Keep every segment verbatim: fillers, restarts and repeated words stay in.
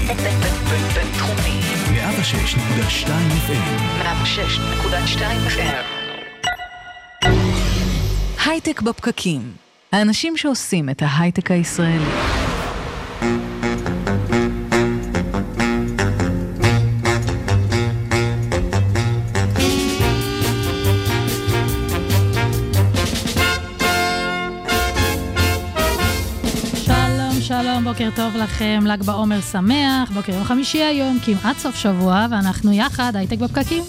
בינתחומי מאה ושש נקודה שתיים אף אם. מאה ושש נקודה שתיים אף אם. הייטק בפקקים. האנשים שעושים את ההייטק הישראלי. שלום, בוקר טוב לכם, ל"ג בעומר שמח, בוקר יום חמישי היום, כמעט סוף שבוע, ואנחנו יחד, הייטק בפקקים.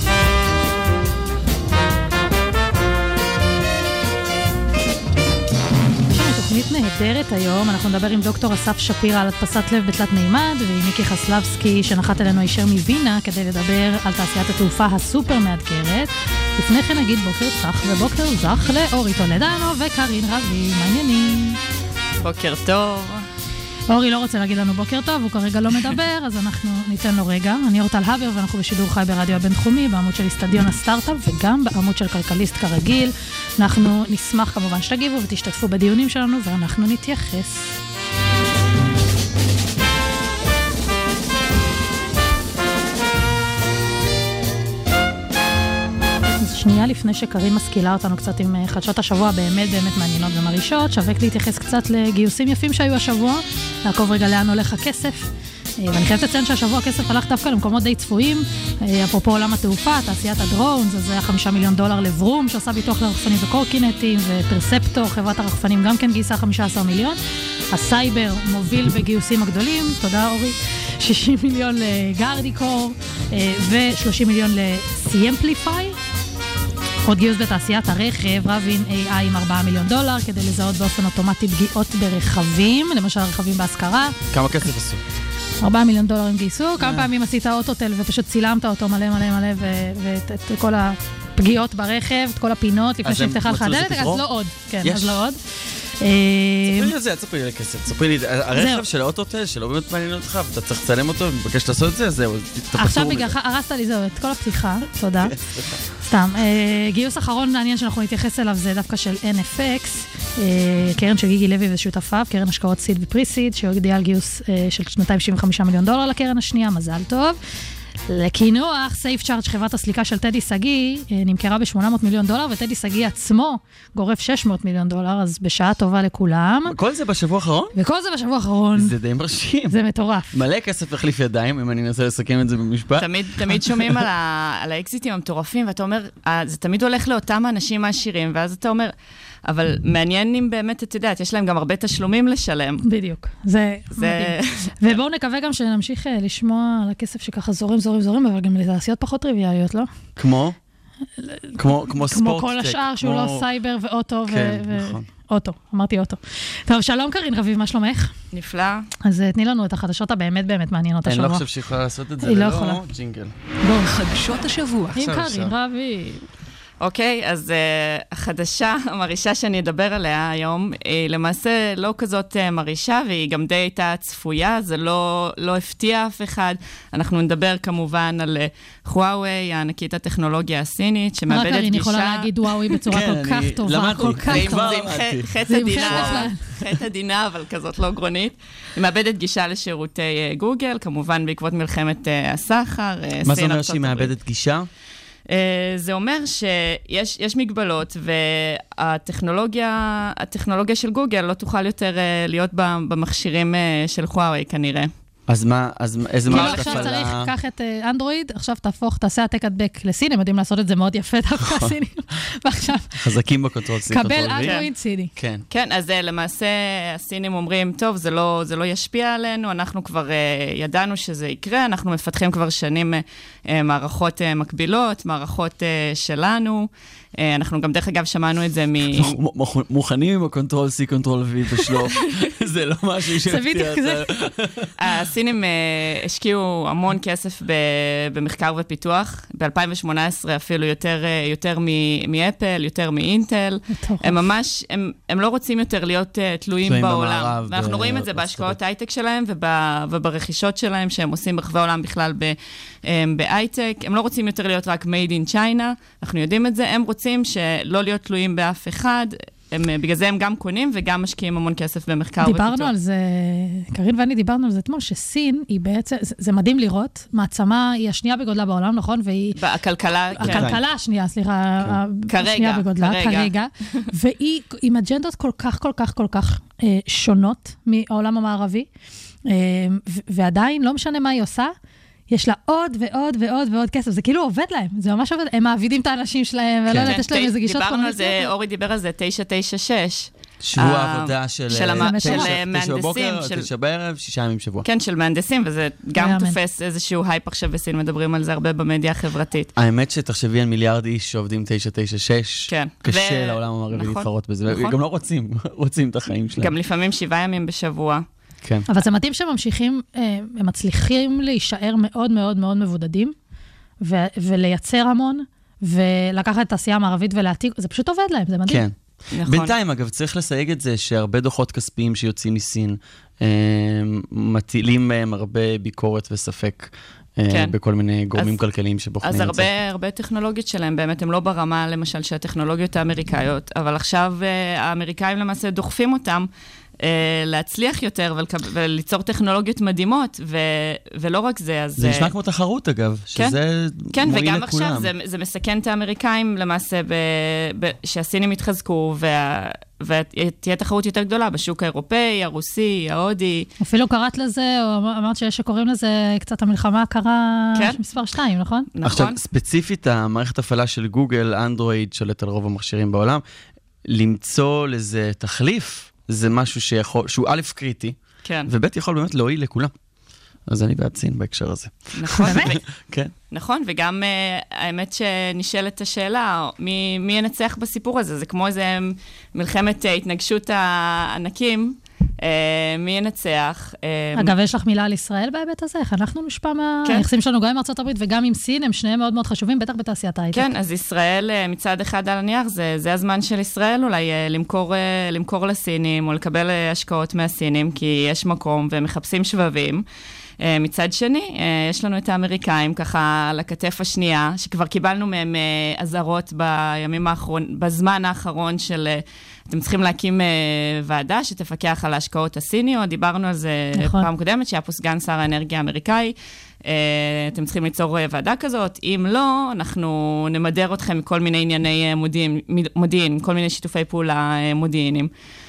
תוכנית נהדרת היום, אנחנו נדבר עם דוקטור אסף שפירא על הדפסת לב בתלת מימד, ועם מיקי חסלבסקי שנחת אלינו הישר מווינה כדי לדבר על תעשיית התעופה הסופר מאתגרת. לפני כן נגיד בוקר צח ובוקר זך לאורי טולדנו וקרין רבי, מה העניינים? בוקר טוב. אורי לא רוצה להגיד לנו בוקר טוב, הוא כרגע לא מדבר, אז אנחנו ניתן לו רגע. אני אורטל הבר ואנחנו בשידור חי ברדיו הבינתחומי, בעמוד של סטדיון הסטארט-אפ וגם בעמוד של כלכליסט כרגיל. אנחנו נשמח כמובן שתגיבו ותשתתפו בדיונים שלנו ואנחנו נתייחס. שנייה לפני שקרין משכילה אותנו קצת עם חדשות השבוע באמת באמת מעניינות ומרישות, שווה להתייחס קצת לגיוסים יפים שהיו השבוע, לעקוב רגע לאן הולך הכסף, ואני חייבת לציין שהשבוע הכסף הלך דווקא למקומות די צפויים, אפרופו עולם התעופה, תעשיית הדרון, זה היה חמישה מיליון דולר לברום, שעושה ביטוח לרחפנים וקורקינטים, ופרספטור, חברת הרחפנים גם כן גייסה חמישה עשר מיליון, הסייבר מוביל בגיוסים הגדולים, תודה אורי, שישים מיליון לגרדיקור, ו-שלושים מיליון לסימפליפיי, עוד גיוס בתעשיית הרכב, רבין איי איי עם ארבעה מיליון דולר, כדי לזהות באופן אוטומטי פגיעות ברכבים, למשל רכבים בהשכרה. כמה כסף עשו? ארבעה מיליון דולר הם גייסו, כמה פעמים עשית אוטוטל ופשוט צילמת אותו מלא מלא מלא, ואת כל הפגיעות ברכב, את כל הפינות, לפני שנפתחה לך הדלת, אז לא עוד. כן, אז לא עוד. ספרי לי על זה, ספרי לי על כסף, ספרי לי, הרכב של האוטוטל שלא באמת מעניין אותך, ואתה צריך לצלם אותו ומבקש לעשות את זה, זהו, תפטור מזה. עכשיו בגלל, הרסת לי זהו, את כל הפתיחה, תודה. סתם, גיוס אחרון מעניין שאנחנו נתייחס אליו זה דווקא של אן אף אקס, קרן של גיגי לוי ושותפיו, קרן השקעות סיד ופריסיד, שהגדיעה על גיוס של מאתיים שבעים וחמישה מיליון דולר לקרן השנייה, מזל טוב. לכינוח, סייף צ'ארג' חברת הסליקה של טדי סגי נמכרה ב-שמונה מאות מיליון דולר, וטדי סגי עצמו גורף שש מאות מיליון דולר, אז בשעה טובה לכולם. כל זה בשבוע האחרון? וכל זה בשבוע האחרון. זה די מרשים. זה מטורף. מלא כסף החליף ידיים, אם אני אנסה לסכם את זה במשפט. תמיד, תמיד שומעים על, ה, על האקזיטים המטורפים, ואתה אומר, זה תמיד הולך לאותם האנשים העשירים, ואז אתה אומר, אבל מעניין אם באמת, את יודעת, יש להם גם הרבה תשלומים לשלם. בדיוק. זה, זה... מדהים. ובואו נקווה גם שנמשיך לשמוע על הכסף שככה זורם, זורם, זורם, אבל גם לתעשיות פחות טריוויאליות, לא? כמו? כמו, כמו ספורט. כמו כל השאר, שהוא לא סייבר ואוטו. כן, נכון. אוטו, אמרתי אוטו. טוב, שלום קרין רביב, מה שלומך? נפלא. אז תני לנו את החדשות הבאמת באמת מעניינות השבוע. אני לא חושב שהיא יכולה לעשות את זה. היא לא יכולה. ג'ינגל. בואו. חדשות השבוע. עם קרין רביב. אוקיי, אז uh, החדשה, המרישה שאני אדבר עליה היום, היא למעשה לא כזאת uh, מרישה, והיא גם די הייתה צפויה, זה לא, לא הפתיע אף אחד. אנחנו נדבר כמובן על uh, חוואוי, הענקית הטכנולוגיה הסינית, שמאבדת גישה... רק אני יכולה להגיד וואוי בצורה כל כך טובה, כל כך טובה. זה עם חטא עדינה, אבל כזאת לא גרונית. היא מאבדת גישה לשירותי uh, גוגל, כמובן בעקבות מלחמת uh, הסחר. Uh, מה זה אומר שהיא מאבדת גישה? Uh, זה אומר שיש יש מגבלות, והטכנולוגיה הטכנולוגיה של גוגל לא תוכל יותר uh, להיות במכשירים uh, של חוואוי כנראה. אז מה, אז איזה מה עכשיו צריך, קח את אנדרואיד, עכשיו תהפוך, תעשה העתק הדבק לסיני, הם יודעים לעשות את זה מאוד יפה דווקא סיני, ועכשיו חזקים בקונטרול סיני. קבל אנדרואיד סיני. כן. כן, אז למעשה הסינים אומרים, טוב, זה לא, זה לא ישפיע עלינו, אנחנו כבר ידענו שזה יקרה, אנחנו מפתחים כבר שנים מערכות מקבילות, מערכות שלנו, אנחנו גם דרך אגב שמענו את זה מ... מוכנים עם הקונטרול C, קונטרול V בשלוף. זה לא משהו שהפתיע את זה. הסינים השקיעו המון כסף במחקר ופיתוח. ב-אלפיים שמונה עשרה אפילו יותר מאפל, יותר מאינטל. הם ממש, הם לא רוצים יותר להיות תלויים בעולם. ואנחנו רואים את זה בהשקעות הייטק שלהם וברכישות שלהם שהם עושים ברחבי העולם בכלל בהייטק. הם לא רוצים יותר להיות רק made in China. אנחנו יודעים את זה. הם רוצים שלא להיות תלויים באף אחד, הם, בגלל זה הם גם קונים וגם משקיעים המון כסף במחקר ופיתוח. דיברנו על זה, קרין ואני דיברנו על זה אתמול, שסין היא בעצם, זה, זה מדהים לראות, מעצמה היא השנייה בגודלה בעולם, נכון? והיא... הכלכלה, כן. הכלכלה השנייה, סליחה, כרגע, השנייה בגודלה, כרגע. כרגע. והיא עם אג'נדות כל כך, כל כך, כל כך אה, שונות מהעולם המערבי, אה, ו- ועדיין, לא משנה מה היא עושה, יש לה עוד ועוד ועוד ועוד כסף. זה כאילו עובד להם, זה ממש עובד. הם מעבידים את האנשים שלהם, ולא יודעת, יש להם איזה גישות דיברנו על זה, אורי דיבר על זה, תשע תשע שש. שבוע עבודה של... של מהנדסים. תשע בערב, שישה ימים שבוע. כן, של מהנדסים, וזה גם תופס איזשהו הייפ עכשיו בסין, מדברים על זה הרבה במדיה החברתית. האמת שתחשבי על מיליארד איש שעובדים תשע תשע שש, קשה לעולם המערבי להתחרות בזה, וגם לא רוצים, רוצים את החיים שלהם. גם לפעמים שבעה ימים בשבוע. כן. אבל זה מתאים שהם ממשיכים, הם מצליחים להישאר מאוד מאוד מאוד מבודדים, ו- ולייצר המון, ולקחת את העשייה המערבית ולהעתיק, זה פשוט עובד להם, זה מדהים. כן. נכון. בינתיים, אגב, צריך לסייג את זה שהרבה דוחות כספיים שיוצאים מסין, מטילים מהם הרבה ביקורת וספק, כן. בכל מיני גורמים אז, כלכליים שבוחנים את זה. אז הרבה, הרבה טכנולוגיות שלהם, באמת, הם לא ברמה, למשל, שהטכנולוגיות האמריקאיות, אבל עכשיו האמריקאים למעשה דוחפים אותם, להצליח יותר וליצור טכנולוגיות מדהימות, ולא רק זה, אז... זה נשמע כמו תחרות, אגב, שזה כן, מועיל לכולם. וגם עכשיו זה מסכן את האמריקאים, למעסה, שהסינים יתחזקו, ותהיה תחרות יותר גדולה בשוק האירופאי, הרוסי, ההודי. אפילו קראת לזה, או אמרת שיש שקוראים לזה קצת המלחמה הקרה מספר שתיים, נכון? נכון. עכשיו, ספציפית, המערכת הפעלה של גוגל, אנדרואיד, שולט על רוב המכשירים בעולם, למצוא לזה תחליף, זה משהו שיכול, שהוא א' קריטי, כן. וב' יכול באמת להועיל לכולם. אז אני בעד סין בהקשר הזה. נכון, באמת? כן. נכון, וגם uh, האמת שנשאלת השאלה, מי, מי ינצח בסיפור הזה? זה כמו איזה מלחמת uh, התנגשות הענקים, uh, מי ינצח? Uh, אגב, יש לך מילה על ישראל בהיבט הזה? איך אנחנו נשפע מהיחסים שלנו גם עם ארצות הברית וגם עם סין, הם שניהם מאוד מאוד חשובים, בטח בתעשיית ההייטק. כן, אז ישראל מצד אחד על הנייר, זה, זה הזמן של ישראל אולי למכור, למכור לסינים או לקבל השקעות מהסינים, כי יש מקום ומחפשים שבבים. מצד שני, יש לנו את האמריקאים ככה על הכתף השנייה, שכבר קיבלנו מהם עזרות בימים האחרון, בזמן האחרון של, אתם צריכים להקים ועדה שתפקח על ההשקעות הסיניות, דיברנו על זה נכון. פעם קודמת, שהיה פה סגן שר האנרגיה האמריקאי, אתם צריכים ליצור ועדה כזאת, אם לא, אנחנו נמדר אתכם מכל מיני ענייני מודיעין, מודיעין, כל מיני שיתופי פעולה מודיעיניים.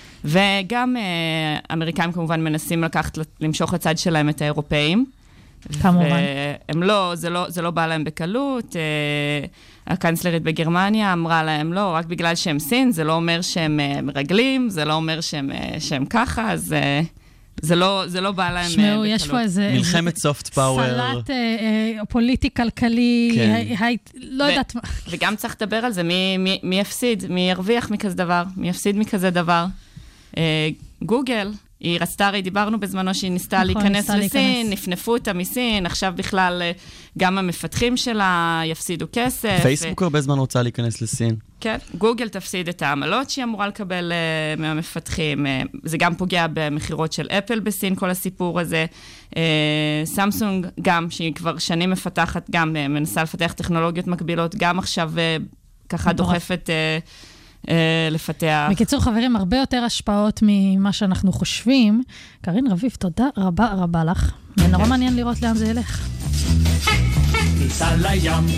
וגם אמריקאים כמובן מנסים לקחת, למשוך לצד שלהם את האירופאים. כמובן. הם לא, זה לא, זה לא בא להם בקלות. הקנצלרית בגרמניה אמרה להם לא, רק בגלל שהם סין, זה לא אומר שהם מרגלים, זה לא אומר שהם, שהם ככה, אז זה לא, זה לא בא להם שמעו, בקלות. יש פה איזה... מלחמת סופט פאוור. סלט פוליטי, כלכלי, לא יודעת מה. וגם צריך לדבר על זה, מי יפסיד, מי ירוויח מכזה דבר, מי יפסיד מכזה דבר. גוגל, היא רצתה, הרי דיברנו בזמנו שהיא ניסתה להיכנס לסין, נפנפו אותה מסין, עכשיו בכלל גם המפתחים שלה יפסידו כסף. פייסבוק הרבה זמן רוצה להיכנס לסין. כן, גוגל תפסיד את העמלות שהיא אמורה לקבל מהמפתחים, זה גם פוגע במחירות של אפל בסין, כל הסיפור הזה. סמסונג גם, שהיא כבר שנים מפתחת, גם מנסה לפתח טכנולוגיות מקבילות, גם עכשיו ככה דוחפת... לפתח. בקיצור, חברים, הרבה יותר השפעות ממה שאנחנו חושבים. קרין רביב, תודה רבה רבה לך. ונורא מעניין לראות לאן זה ילך. ניסה לים,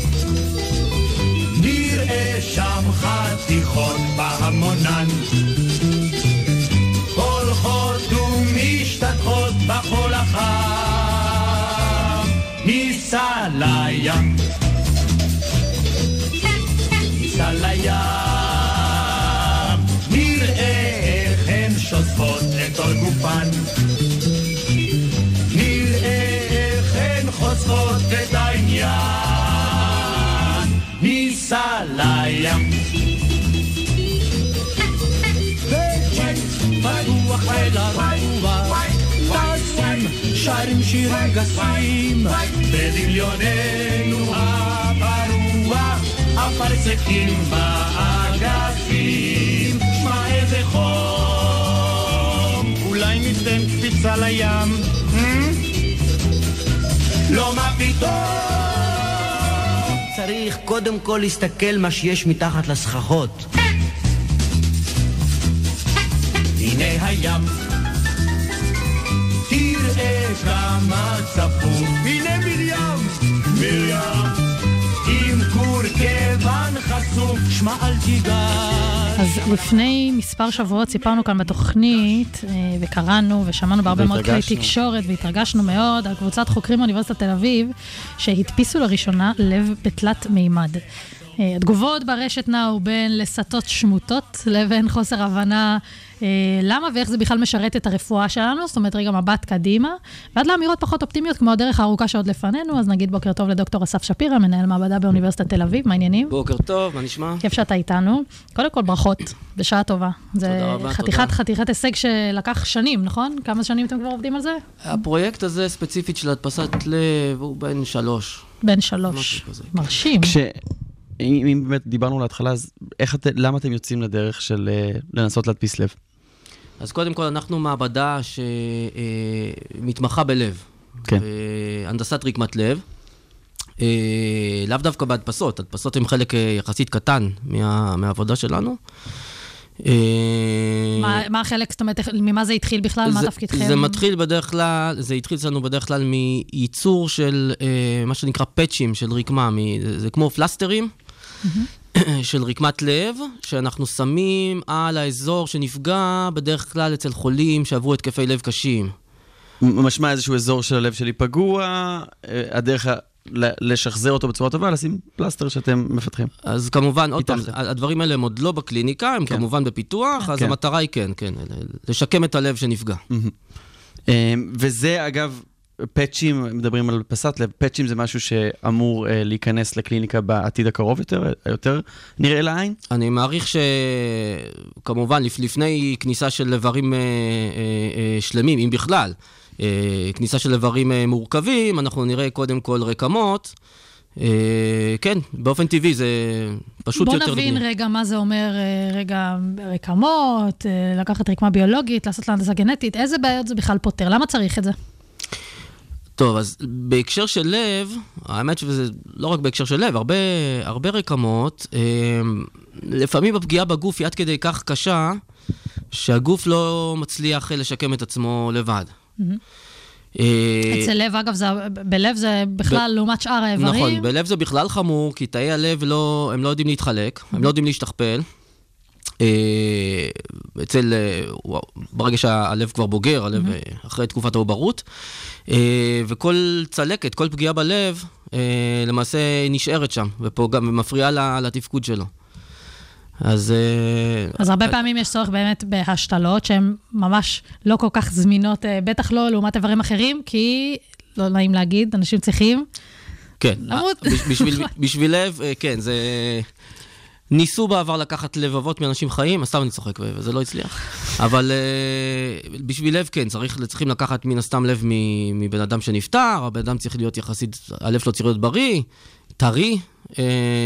נראה שם חתיכות בהמונן, הולכות ומשתתחות בחול החם. ניסה לים, ניסה לים, שוספות את כל גופן, נראה איך הן חושפות את העניין. ניסה לים וג'ט פתוח אל הרוח, טסים שרים שירים גסים, בדמיוננו הפרוע הפרצקים באגפים. שמע איזה חום, אולי ניתן קפיצה לים? לא מה פתאום, צריך קודם כל להסתכל מה שיש מתחת לסככות. הים. תראה כמה צפוף, הנה מרים, מרים, עם כור כיוון חשוף, שמע אל תיגש. אז לפני מספר שבועות סיפרנו כאן בתוכנית, וקראנו ושמענו בהרבה מאוד כלי תקשורת, והתרגשנו מאוד על קבוצת חוקרים מאוניברסיטת תל אביב, שהדפיסו לראשונה לב בתלת מימד. התגובות ברשת נעו בין לסטות שמוטות לבין חוסר הבנה למה ואיך זה בכלל משרת את הרפואה שלנו, זאת אומרת רגע מבט קדימה, ועד לאמירות פחות אופטימיות כמו הדרך הארוכה שעוד לפנינו. אז נגיד בוקר טוב לדוקטור אסף שפירא, מנהל מעבדה באוניברסיטת תל אביב, מה העניינים? בוקר טוב, מה נשמע? כיף שאתה איתנו. קודם כל ברכות, בשעה טובה. זה חתיכת חתיכת הישג שלקח שנים, נכון? כמה שנים אתם כבר עובדים על זה? הפרויקט הזה ספציפית של הדפסת לב הוא בין שלוש. בין שלוש. מרשים. אם באמת דיברנו להתחלה, אז איך את, למה אתם יוצאים לדרך של לנסות להדפיס לב? אז קודם כל אנחנו מעבדה שמתמחה בלב. כן. הנדסת רקמת לב. לאו דווקא בהדפסות. הדפסות הם חלק יחסית קטן מה, מהעבודה שלנו. מה, מה החלק, זאת אומרת, ממה זה התחיל בכלל? זה, מה תפקידכם? זה מתחיל בדרך כלל, זה התחיל לנו בדרך כלל מייצור של מה שנקרא פאצ'ים של רקמה. זה כמו פלסטרים. של רקמת לב, שאנחנו שמים על האזור שנפגע בדרך כלל אצל חולים שעברו התקפי לב קשים. משמע איזשהו אזור של הלב שלי פגוע, הדרך לשחזר אותו בצורה טובה, לשים פלסטר שאתם מפתחים. אז כמובן, עוד פעם, הדברים האלה הם עוד לא בקליניקה, הם כמובן בפיתוח, אז המטרה היא כן, כן, לשקם את הלב שנפגע. וזה אגב, פאצ'ים, מדברים על פסת לב, פאצ'ים זה משהו שאמור אה, להיכנס לקליניקה בעתיד הקרוב יותר, יותר נראה לעין? אני מעריך שכמובן לפני כניסה של לברים אה, אה, אה, שלמים, אם בכלל, אה, כניסה של לברים אה, מורכבים, אנחנו נראה קודם כל רקמות, אה, כן, באופן טבעי זה פשוט יותר... בוא נבין רגע מה זה אומר, רגע רקמות, לקחת רקמה ביולוגית, לעשות להנדסה גנטית, איזה בעיות זה בכלל פותר? למה צריך את זה? טוב, אז בהקשר של לב, האמת שזה לא רק בהקשר של לב, הרבה, הרבה רקמות, לפעמים הפגיעה בגוף היא עד כדי כך קשה, שהגוף לא מצליח לשקם את עצמו לבד. אצל לב, אגב, בלב זה בכלל לעומת שאר האיברים? נכון, בלב זה בכלל חמור, כי תאי הלב הם לא יודעים להתחלק, הם לא יודעים להשתכפל. אצל, ברגע שהלב כבר בוגר, הלב אחרי תקופת העוברות, וכל צלקת, כל פגיעה בלב, למעשה נשארת שם, ופה גם מפריעה לתפקוד שלו. אז... אז הרבה פעמים יש צורך באמת בהשתלות, שהן ממש לא כל כך זמינות, בטח לא לעומת איברים אחרים, כי, לא נעים להגיד, אנשים צריכים... כן, בשביל לב, כן, זה... ניסו בעבר לקחת לבבות מאנשים חיים, הסתם אני צוחק וזה לא הצליח. אבל uh, בשביל לב כן, צריך, צריכים לקחת מן הסתם לב מבן אדם שנפטר, הבן אדם צריך להיות יחסית, הלב שלו צריך להיות בריא, טרי, uh,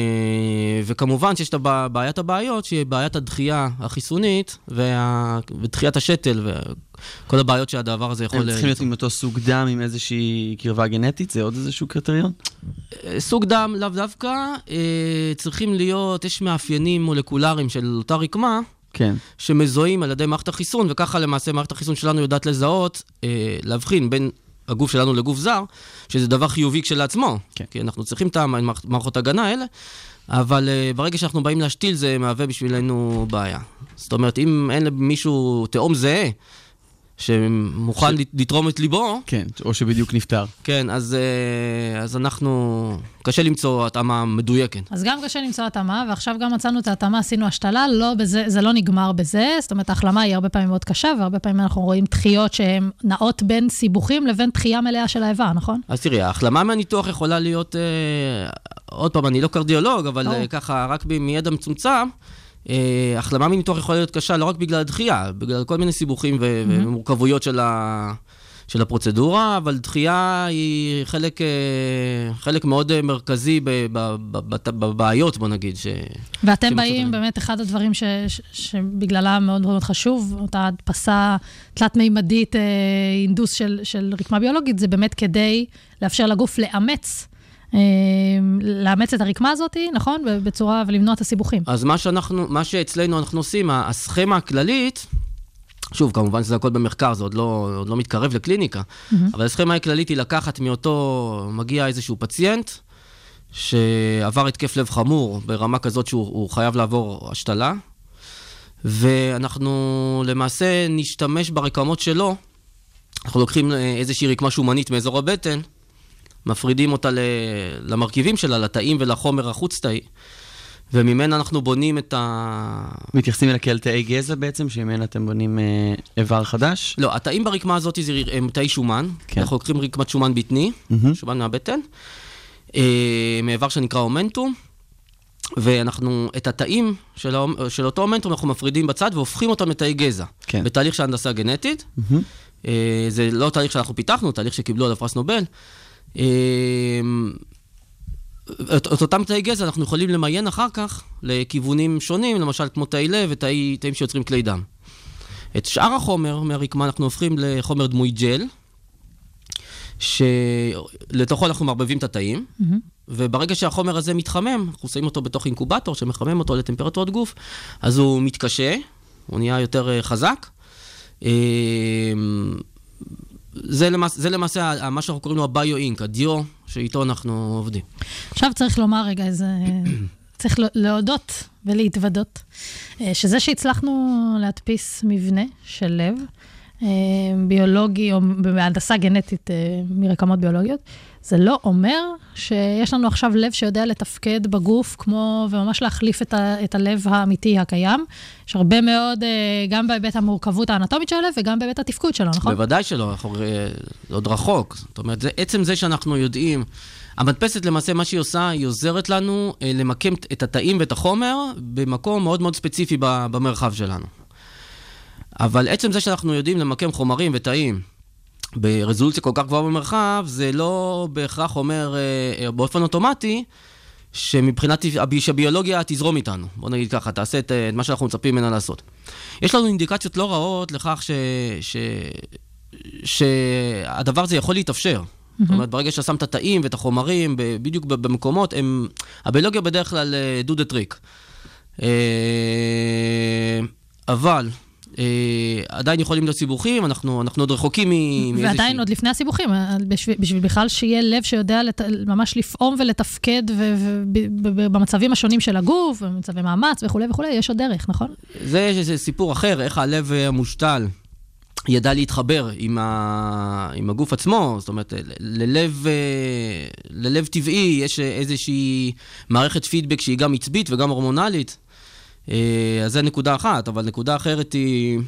וכמובן שיש את בעיית הבעיות, שהיא בעיית הדחייה החיסונית, וה, ודחיית השתל, וכל הבעיות שהדבר הזה יכול... הם צריכים להיות עם אותו סוג דם, עם איזושהי קרבה גנטית? זה עוד איזשהו קריטריון? סוג דם לאו דווקא, צריכים להיות, יש מאפיינים מולקולריים של אותה רקמה, כן. שמזוהים על ידי מערכת החיסון, וככה למעשה מערכת החיסון שלנו יודעת לזהות, להבחין בין הגוף שלנו לגוף זר, שזה דבר חיובי כשלעצמו, כן. כי אנחנו צריכים את המערכות הגנה האלה, אבל ברגע שאנחנו באים להשתיל זה מהווה בשבילנו בעיה. זאת אומרת, אם אין למישהו תאום זהה, שמוכן ש... לתרום את ליבו. כן, או שבדיוק נפטר. כן, אז, אז אנחנו... קשה למצוא התאמה מדויקת. אז גם קשה למצוא התאמה, ועכשיו גם מצאנו את ההתאמה, עשינו השתלה, לא בזה, זה לא נגמר בזה, זאת אומרת, ההחלמה היא הרבה פעמים מאוד קשה, והרבה פעמים אנחנו רואים דחיות שהן נעות בין סיבוכים לבין דחייה מלאה של האיבר, נכון? אז תראי, ההחלמה מהניתוח יכולה להיות, אה, עוד פעם, אני לא קרדיולוג, אבל אה, ככה, רק מידע מצומצם, החלמה מניתוח יכולה להיות קשה, לא רק בגלל הדחייה, בגלל כל מיני סיבוכים ומורכבויות של ה... של הפרוצדורה, אבל דחייה היא חלק, חלק מאוד מרכזי בבעיות, בוא נגיד. ש... ואתם באים, באמת, אחד הדברים ש... שבגללה מאוד מאוד חשוב, אותה הדפסה תלת-מימדית, אינדוס של, של רקמה ביולוגית, זה באמת כדי לאפשר לגוף לאמץ, לאמץ את הרקמה הזאת, נכון? בצורה, ולמנוע את הסיבוכים. אז מה שאנחנו, מה שאצלנו אנחנו עושים, הסכמה הכללית, שוב, כמובן שזה הכל במחקר, זה עוד לא, עוד לא מתקרב לקליניקה, mm-hmm. אבל הסכמה הכללית היא לקחת מאותו, מגיע איזשהו פציינט, שעבר התקף לב חמור, ברמה כזאת שהוא חייב לעבור השתלה, ואנחנו למעשה נשתמש ברקמות שלו, אנחנו לוקחים איזושהי רקמה שומנית מאזור הבטן, מפרידים אותה למרכיבים שלה, לתאים ולחומר החוץ-תאי, וממנה אנחנו בונים את ה... מתייחסים אלה כאל תאי גזע בעצם, שממנה אתם בונים אה, איבר חדש? לא, התאים ברקמה הזאת הם תאי שומן, כן. אנחנו לוקחים רקמת שומן בטני, mm-hmm. שומן מהבטן, אה, מאיבר שנקרא אומנטום, ואנחנו את התאים של, של אותו אומנטום אנחנו מפרידים בצד והופכים אותם לתאי גזע, כן. בתהליך של הנדסה גנטית, mm-hmm. אה, זה לא תהליך שאנחנו פיתחנו, תהליך שקיבלו עליו פרס נובל, אה, את, את אותם תאי גזע אנחנו יכולים למיין אחר כך לכיוונים שונים, למשל כמו תאי לב ותאים שיוצרים כלי דם. את שאר החומר מהרקמה אנחנו הופכים לחומר דמוי ג'ל, שלתוכו אנחנו מערבבים את התאים, mm-hmm. וברגע שהחומר הזה מתחמם, אנחנו שמים אותו בתוך אינקובטור שמחמם אותו לטמפרטורת גוף, אז הוא מתקשה, הוא נהיה יותר חזק. זה למעשה, זה למעשה מה שאנחנו קוראים לו הביו-אינק, הדיו שאיתו אנחנו עובדים. עכשיו צריך לומר רגע, איזה... צריך להודות ולהתוודות, שזה שהצלחנו להדפיס מבנה של לב, ביולוגי או בהנדסה גנטית מרקמות ביולוגיות, זה לא אומר שיש לנו עכשיו לב שיודע לתפקד בגוף כמו, וממש להחליף את, ה, את הלב האמיתי הקיים. יש הרבה מאוד, גם בהיבט המורכבות האנטומית של הלב, וגם בהיבט התפקוד שלו, נכון? בוודאי שלא, אנחנו עוד רחוק. זאת אומרת, זה, עצם זה שאנחנו יודעים, המדפסת למעשה מה שהיא עושה, היא עוזרת לנו למקם את התאים ואת החומר במקום מאוד מאוד ספציפי במרחב שלנו. אבל עצם זה שאנחנו יודעים למקם חומרים ותאים ברזולוציה כל כך גבוהה במרחב, זה לא בהכרח אומר באופן אוטומטי שמבחינת הביולוגיה תזרום איתנו. בוא נגיד ככה, תעשה את מה שאנחנו מצפים ממנה לעשות. יש לנו אינדיקציות לא רעות לכך ש... ש... שהדבר הזה יכול להתאפשר. Mm-hmm. זאת אומרת, ברגע ששמת את התאים ואת החומרים בדיוק במקומות, הם... הביולוגיה בדרך כלל do the trick. אבל... Uh, עדיין יכולים להיות סיבוכים, אנחנו, אנחנו עוד רחוקים מ... ועדיין ש... עוד לפני הסיבוכים, בשביל, בשביל בכלל שיהיה לב שיודע לת... ממש לפעום ולתפקד במצבים השונים של הגוף, במצבי מאמץ וכו' וכו', יש עוד דרך, נכון? זה, זה סיפור אחר, איך הלב המושתל ידע להתחבר עם, ה... עם הגוף עצמו, זאת אומרת, ללב, ללב טבעי יש איזושהי מערכת פידבק שהיא גם עצבית וגם הורמונלית, אז זה נקודה אחת, אבל נקודה אחרת היא,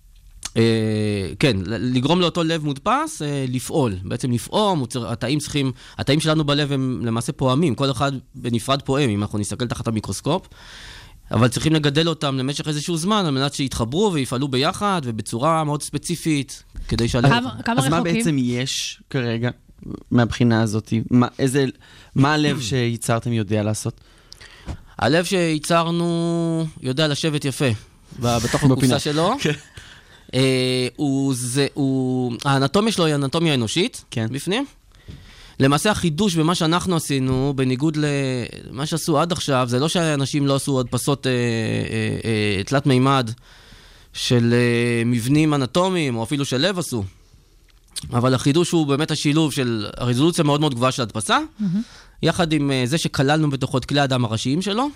כן, לגרום לאותו לב מודפס, לפעול, בעצם לפעום, התאים צריכים, התאים שלנו בלב הם למעשה פועמים, כל אחד בנפרד פועם, אם אנחנו נסתכל תחת המיקרוסקופ, אבל צריכים לגדל אותם למשך איזשהו זמן, על מנת שיתחברו ויפעלו ביחד, ובצורה מאוד ספציפית, כדי שהלב... אז מה בעצם יש כרגע, מהבחינה הזאת? מה הלב שיצרתם יודע לעשות? הלב שייצרנו יודע לשבת יפה, בתוך הקופסה שלו. האנטומיה שלו היא אנטומיה אנושית, בפנים. למעשה החידוש במה שאנחנו עשינו, בניגוד למה שעשו עד עכשיו, זה לא שאנשים לא עשו הדפסות תלת מימד של מבנים אנטומיים, או אפילו של לב עשו. אבל החידוש הוא באמת השילוב של הרזולוציה מאוד מאוד גבוהה של הדפסה, יחד עם זה שכללנו בתוכו את כלי האדם הראשיים שלו,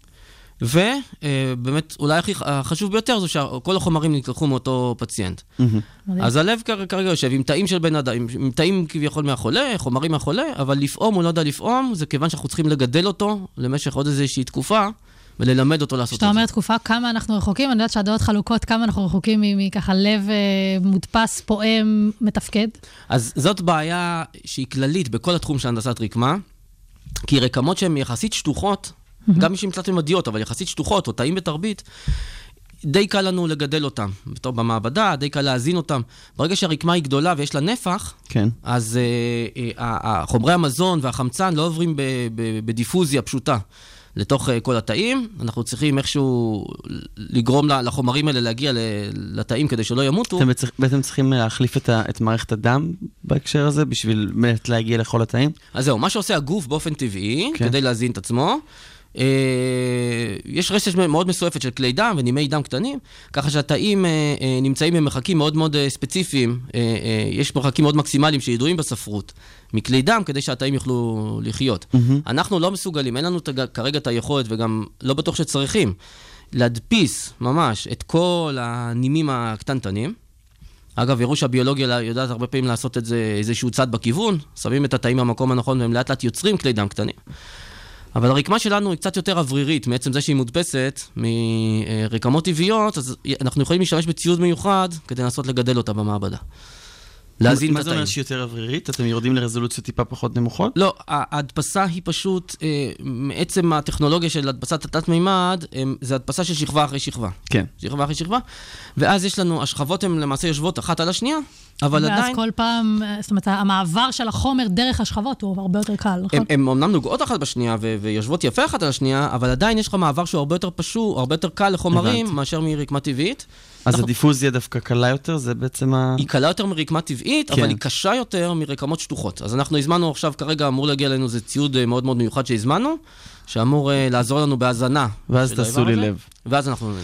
ובאמת אולי הכי חשוב ביותר זה שכל החומרים נלקחו מאותו פציינט. אז הלב כרגע יושב עם תאים של בן אדם, עם תאים כביכול מהחולה, חומרים מהחולה, אבל לפעום הוא לא יודע לפעום, זה כיוון שאנחנו צריכים לגדל אותו למשך עוד איזושהי תקופה, וללמד אותו לעשות את זה. כשאתה אומר תקופה, כמה אנחנו רחוקים, אני יודעת שהדעות חלוקות, כמה אנחנו רחוקים מככה לב מודפס, פועם, מתפקד. אז זאת בעיה שהיא כללית בכל התחום של הנדסת רקמה, כי רקמות שהן יחסית שטוחות, גם מי שמצאת ממדיות, אבל יחסית שטוחות, או תאים בתרבית, די קל לנו לגדל אותם. בתור במעבדה, די קל להזין אותם. ברגע שהרקמה היא גדולה ויש לה נפח, כן. אז uh, uh, חומרי המזון והחמצן לא עוברים בדיפוזיה פשוטה. לתוך כל התאים, אנחנו צריכים איכשהו לגרום לחומרים האלה להגיע לתאים כדי שלא ימותו. אתם בעצם צריכים להחליף את, ה, את מערכת הדם בהקשר הזה, בשביל באמת להגיע לכל התאים? אז זהו, מה שעושה הגוף באופן טבעי, כן. כדי להזין את עצמו, יש רשת מאוד מסועפת של כלי דם ונימי דם קטנים, ככה שהתאים נמצאים במרחקים מאוד מאוד ספציפיים, יש מרחקים מאוד מקסימליים שידועים בספרות, מכלי דם, כדי שהתאים יוכלו לחיות. אנחנו לא מסוגלים, אין לנו כרגע את היכולת, וגם לא בטוח שצריכים, להדפיס ממש את כל הנימים הקטנטנים. אגב, יראו שהביולוגיה יודעת הרבה פעמים לעשות את זה איזשהו צד בכיוון, שמים את התאים במקום הנכון, והם לאט לאט יוצרים כלי דם קטנים. אבל הרקמה שלנו היא קצת יותר אוורירית, מעצם זה שהיא מודפסת מרקמות טבעיות, אז אנחנו יכולים להשתמש בציוד מיוחד כדי לנסות לגדל אותה במעבדה. להזין את התאים. מה זה אומר שהיא יותר אוורירית? אתם יורדים לרזולוציות טיפה פחות נמוכות? לא, ההדפסה היא פשוט, מעצם הטכנולוגיה של הדפסת התת-מימד, זה הדפסה של שכבה אחרי שכבה. כן. שכבה אחרי שכבה, ואז יש לנו, השכבות הן למעשה יושבות אחת על השנייה, אבל עדיין... ואז כל פעם, זאת אומרת, המעבר של החומר דרך השכבות הוא הרבה יותר קל, נכון? הן אומנם נוגעות אחת בשנייה ויושבות יפה אחת על השנייה, אבל עדיין יש לך מעבר שהוא הרבה יותר פשוט, הרבה יותר קל לחומרים מאשר מרקמה טבעית. אז הדיפוזיה דווקא קלה יותר, זה בעצם ה... היא קלה יותר מרקמה טבעית, אבל היא קשה יותר מרקמות שטוחות. אז אנחנו הזמנו עכשיו, כרגע אמור להגיע אלינו, זה ציוד מאוד מאוד מיוחד שהזמנו, שאמור לעזור לנו בהזנה. ואז תעשו לי לב. ואז אנחנו...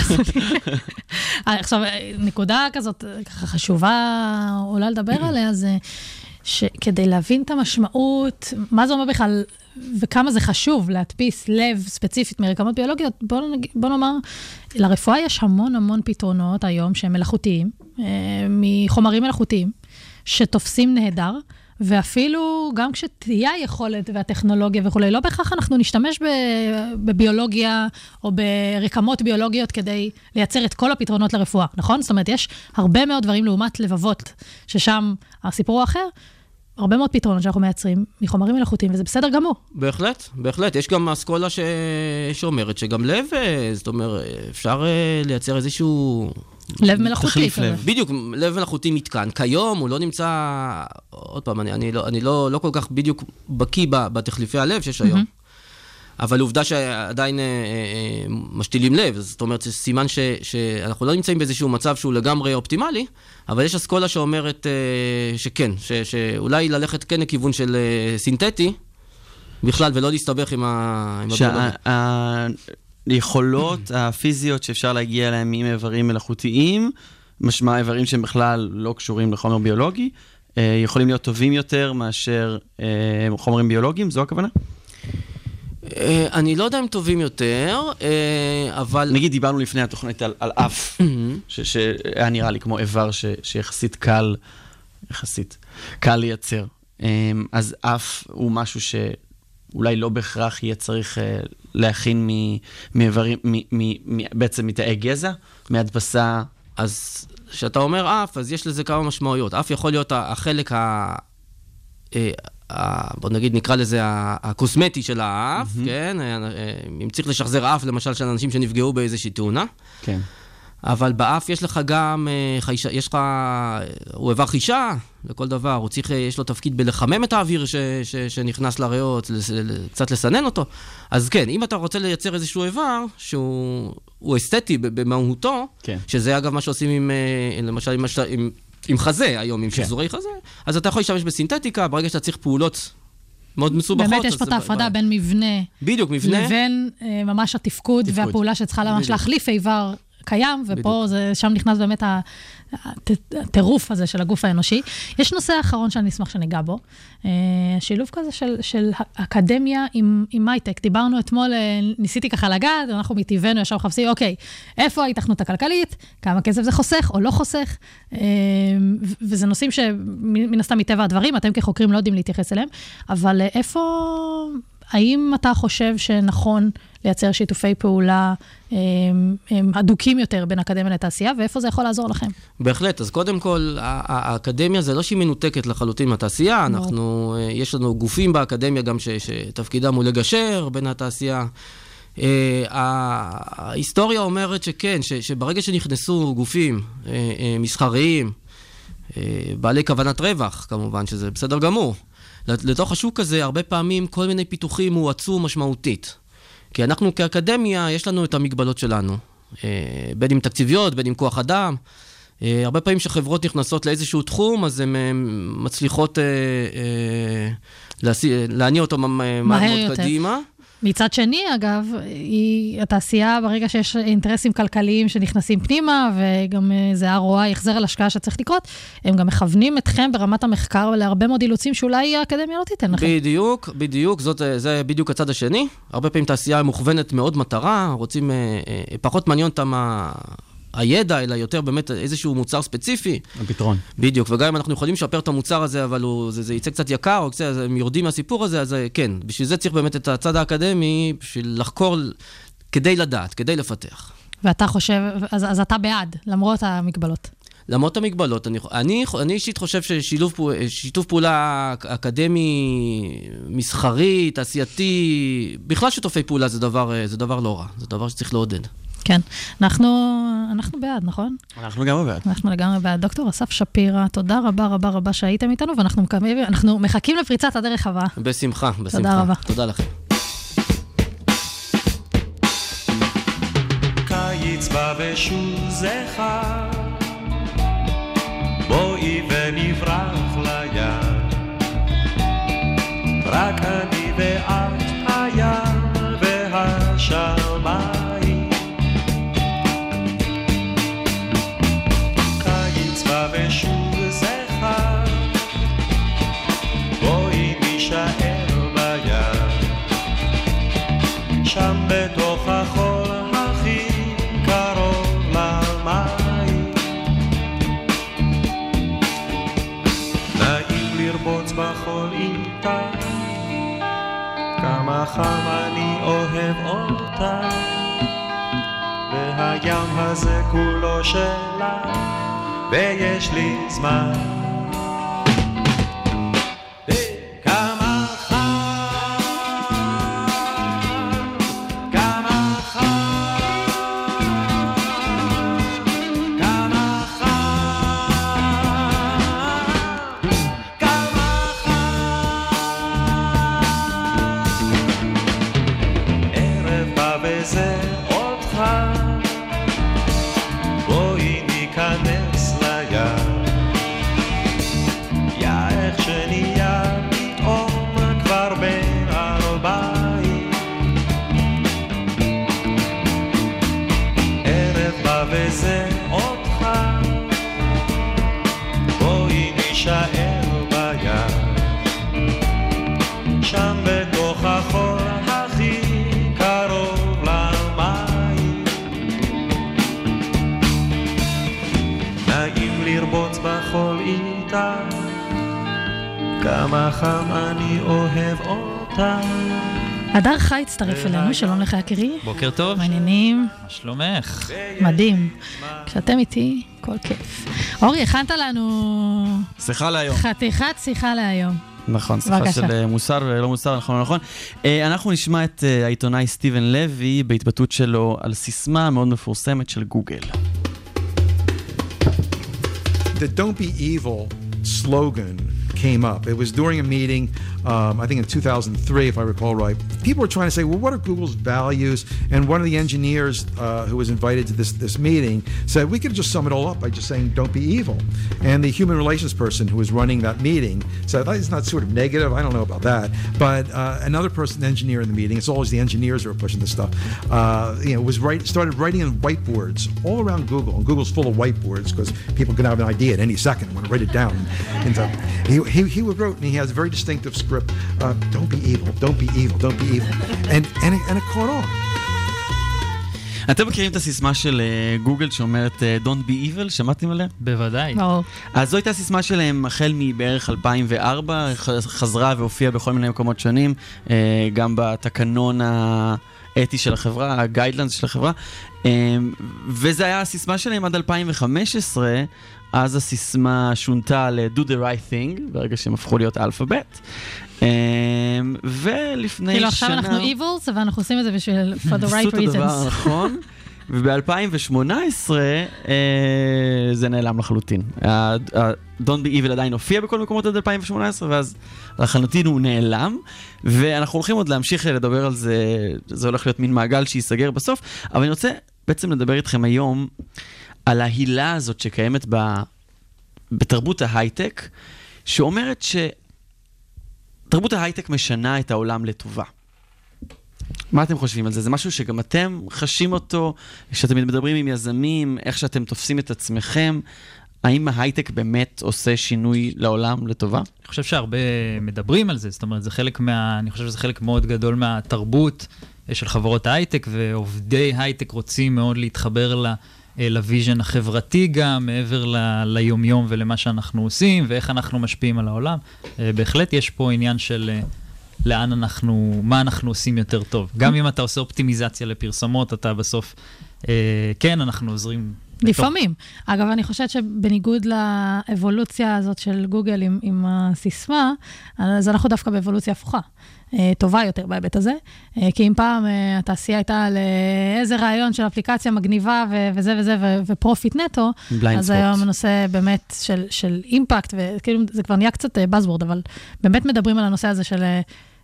עכשיו, נקודה כזאת ככה חשובה אולי לדבר עליה, זה שכדי להבין את המשמעות, מה זה אומר בכלל, וכמה זה חשוב להדפיס לב ספציפית מרקמות ביולוגיות, בוא, בוא נאמר, לרפואה יש המון המון פתרונות היום שהם מלאכותיים, מחומרים מלאכותיים, שתופסים נהדר, ואפילו גם כשתהיה יכולת והטכנולוגיה וכולי, לא בהכרח אנחנו נשתמש בביולוגיה או ברקמות ביולוגיות כדי לייצר את כל הפתרונות לרפואה, נכון? זאת אומרת, יש הרבה מאוד דברים לעומת לבבות, ששם הסיפור הוא אחר, הרבה מאוד פתרונות שאנחנו מייצרים מחומרים מלאכותיים, וזה בסדר גמור. בהחלט, בהחלט. יש גם אסכולה ש... שאומרת שגם לב, זאת אומרת, אפשר לייצר איזשהו... לב מלאכותי. לב. בדיוק, לב מלאכותי מתקן. כיום הוא לא נמצא... עוד פעם, אני, אני, לא, אני לא, לא כל כך בדיוק בקיא בתחליפי הלב שיש היום. Mm-hmm. אבל עובדה שעדיין אה, אה, משתילים לב, זאת אומרת, זה סימן ש, שאנחנו לא נמצאים באיזשהו מצב שהוא לגמרי אופטימלי, אבל יש אסכולה שאומרת אה, שכן, ש, שאולי ללכת כן לכיוון של אה, סינתטי, בכלל, ולא להסתבך עם הביולוגיה. היכולות הפיזיות שאפשר להגיע אליהם עם איברים מלאכותיים, משמע איברים שהם בכלל לא קשורים לחומר ביולוגי, יכולים להיות טובים יותר מאשר חומרים ביולוגיים, זו הכוונה? אני לא יודע אם טובים יותר, אבל... נגיד, דיברנו לפני התוכנית על, על אף, שהיה נראה לי כמו איבר ש, שיחסית קל, יחסית קל לייצר. אז אף הוא משהו ש... אולי לא בהכרח יהיה צריך uh, להכין מאיברים, בעצם מתאי גזע, מהדפסה. אז כשאתה אומר אף, אז יש לזה כמה משמעויות. אף יכול להיות החלק, ה, ה, בוא נגיד נקרא לזה הקוסמטי של האף, mm-hmm. כן? אם צריך לשחזר אף, למשל, של אנשים שנפגעו באיזושהי תאונה. כן. אבל באף יש לך גם, יש לך, הוא איבר חישה לכל דבר, הוא צריך, יש לו תפקיד בלחמם את האוויר ש, ש, שנכנס לריאות, קצת לסנן אותו. אז כן, אם אתה רוצה לייצר איזשהו איבר שהוא אסתטי במהותו, כן. שזה אגב מה שעושים עם, למשל עם, עם, עם חזה היום, עם כן. שחזורי חזה, אז אתה יכול להשתמש בסינתטיקה, ברגע שאתה צריך פעולות מאוד מסובכות. באמת יש פה את ההפרדה בין מבנה, בדיוק, מבנה, לבין ממש התפקוד, תפקוד. והפעולה שצריכה ממש להחליף איבר קיים, ופה זה, שם נכנס באמת הטירוף הזה של הגוף האנושי. יש נושא האחרון שאני אשמח שניגע בו, שילוב כזה של, של אקדמיה עם, עם הייטק. דיברנו אתמול, ניסיתי ככה לגעת, אנחנו מטבענו ישר מחפשים, אוקיי, איפה ההתכנות הכלכלית, כמה כסף זה חוסך או לא חוסך, וזה נושאים שמן הסתם מטבע הדברים, אתם כחוקרים לא יודעים להתייחס אליהם, אבל איפה, האם אתה חושב שנכון לייצר שיתופי פעולה הדוקים יותר בין אקדמיה לתעשייה, ואיפה זה יכול לעזור לכם? בהחלט, אז קודם כל, האקדמיה זה לא שהיא מנותקת לחלוטין מהתעשייה, אנחנו, יש לנו גופים באקדמיה גם שתפקידם הוא לגשר בין התעשייה. ההיסטוריה אומרת שכן, שברגע שנכנסו גופים מסחריים, בעלי כוונת רווח, כמובן שזה בסדר גמור, לתוך השוק הזה, הרבה פעמים כל מיני פיתוחים הואצו משמעותית. כי אנחנו כאקדמיה, יש לנו את המגבלות שלנו. בין עם תקציביות, בין עם כוח אדם. הרבה פעמים שחברות נכנסות לאיזשהו תחום, אז הן מצליחות להניע אותו מהר מאוד קדימה. מצד שני, אגב, היא התעשייה, ברגע שיש אינטרסים כלכליים שנכנסים פנימה, וגם זה אר או איי יחזר על השקעה שצריך לקרות, הם גם מכוונים אתכם ברמת המחקר להרבה מאוד אילוצים שאולי האקדמיה לא תיתן לכם. בדיוק, בדיוק, זאת, זה בדיוק הצד השני. הרבה פעמים תעשייה מוכוונת מאוד מטרה, רוצים, פחות מעניין אותם הידע, אלא יותר באמת איזשהו מוצר ספציפי. הפתרון. בדיוק, וגם אם אנחנו יכולים לשפר את המוצר הזה, אבל הוא, זה, זה יצא קצת יקר, או קצת, הם יורדים מהסיפור הזה, אז כן, בשביל זה צריך באמת את הצד האקדמי, בשביל לחקור, כדי לדעת, כדי לפתח. ואתה חושב, אז, אז אתה בעד, למרות המגבלות. למרות המגבלות, אני, אני, אני אישית חושב ששיתוף פעולה אקדמי, מסחרי, תעשייתי, בכלל שיתופי פעולה זה דבר, זה דבר לא רע, זה דבר שצריך לעודד. כן, אנחנו, אנחנו בעד, נכון? אנחנו לגמרי בעד. אנחנו לגמרי בעד. דוקטור אסף שפירא, תודה רבה רבה רבה שהייתם איתנו, ואנחנו אנחנו מחכים לפריצת הדרך הבאה. בשמחה, בשמחה. תודה רבה. תודה לכם. קיץ בא ושוזך, בואי ונברח לים, רק אני ואת הים והשמיים. ושוזך, בואי נשאר בים, שם בתוך החול הכי קרוב למים. נעים לרבוץ בחול איתה, כמה חם אני אוהב אותה, והים הזה כולו שלה, ויש לי זמן. כמה חם, כמה חם, כמה חם, כמה חם. ערב בא וזה אותך, בואי ניכנס יא איך שנהיה פתאום כבר בין ארבעים, ערב בא וזה אותך, בואי נשאר בים, שם בתוך החול הכי קרוב למים. נעים לרבוץ בחול איתה, כמה חם אני אוהב אותה. הדר חי הצטרף אלינו, שלום לך יקירי. בוקר טוב. מעניינים. מה שלומך? מדהים. כשאתם איתי, כל כיף. אורי, הכנת לנו... שיחה להיום. חתיכת שיחה להיום. נכון, שיחה של מוסר ולא מוסר, נכון, נכון. אנחנו נשמע את העיתונאי סטיבן לוי בהתבטאות שלו על סיסמה מאוד מפורסמת של גוגל. The Don't Be Evil slogan came up. It was during a meeting, um, I think in two thousand three, if I recall right. People were trying to say, well, what are Google's values? And one of the engineers uh, who was invited to this, this meeting said, we could just sum it all up by just saying, don't be evil. And the human relations person who was running that meeting said, that's not sort of negative. I don't know about that. But uh, another person, engineer in the meeting, it's always the engineers who are pushing this stuff, uh, you know, was write, started writing on whiteboards all around Google. And Google's full of whiteboards because people can have an idea at any second and want to write it down. And so he, he, he wrote, and he has a very distinctive script, uh, don't be evil, don't be evil, don't be evil. And, and, it, and it caught on. אתם מכירים את הסיסמה של גוגל שאומרת Don't be evil? שמעתם עליה? בוודאי. אז זו הייתה הסיסמה שלהם החל מבערך אלפיים וארבע, חזרה והופיעה בכל מיני מקומות שונים, גם בתקנון האתי של החברה, הגיידלנס של החברה, וזה היה הסיסמה שלהם עד אלפיים וחמש עשרה, אז הסיסמה שונתה ל-Do the right thing, ברגע שהם הפכו להיות אלפאבית. ולפני שנה... כאילו עכשיו אנחנו evils, אבל אנחנו עושים את זה בשביל for the right reasons. דבר, נכון. וב-אלפיים ושמונה עשרה זה נעלם לחלוטין. Don't be evil עדיין הופיע בכל מקומות עד אלפיים ושמונה עשרה, ואז לחלוטין הוא נעלם. ואנחנו הולכים עוד להמשיך לדבר על זה, זה הולך להיות מין מעגל שיסגר בסוף, אבל אני רוצה בעצם לדבר איתכם היום על ההילה הזאת שקיימת ב... בתרבות ההייטק, שאומרת ש... תרבות ההייטק משנה את העולם לטובה. מה אתם חושבים על זה? זה משהו שגם אתם חשים אותו, שאתם מדברים עם יזמים, איך שאתם תופסים את עצמכם, האם ההייטק באמת עושה שינוי לעולם לטובה? אני חושב שהרבה מדברים על זה, זאת אומרת, זה חלק מה, אני חושב שזה חלק מאוד גדול מהתרבות של חברות ההייטק, ועובדי הייטק רוצים מאוד להתחבר ל... לוויז'ן החברתי גם, מעבר ל- ליומיום ולמה שאנחנו עושים, ואיך אנחנו משפיעים על העולם. בהחלט יש פה עניין של לאן אנחנו, מה אנחנו עושים יותר טוב. גם אם אתה עושה אופטימיזציה לפרסומות, אתה בסוף, כן, אנחנו עוזרים. לפעמים. אגב, אני חושבת שבניגוד לאבולוציה הזאת של גוגל עם, עם הסיסמה, אז אנחנו דווקא באבולוציה הפוכה. טובה יותר בהיבט הזה, כי אם פעם התעשייה הייתה לאיזה רעיון של אפליקציה מגניבה וזה וזה ופרופיט נטו, אז היום הנושא באמת של, של אימפקט, וכאילו זה כבר נהיה קצת בזוורד, אבל באמת מדברים על הנושא הזה של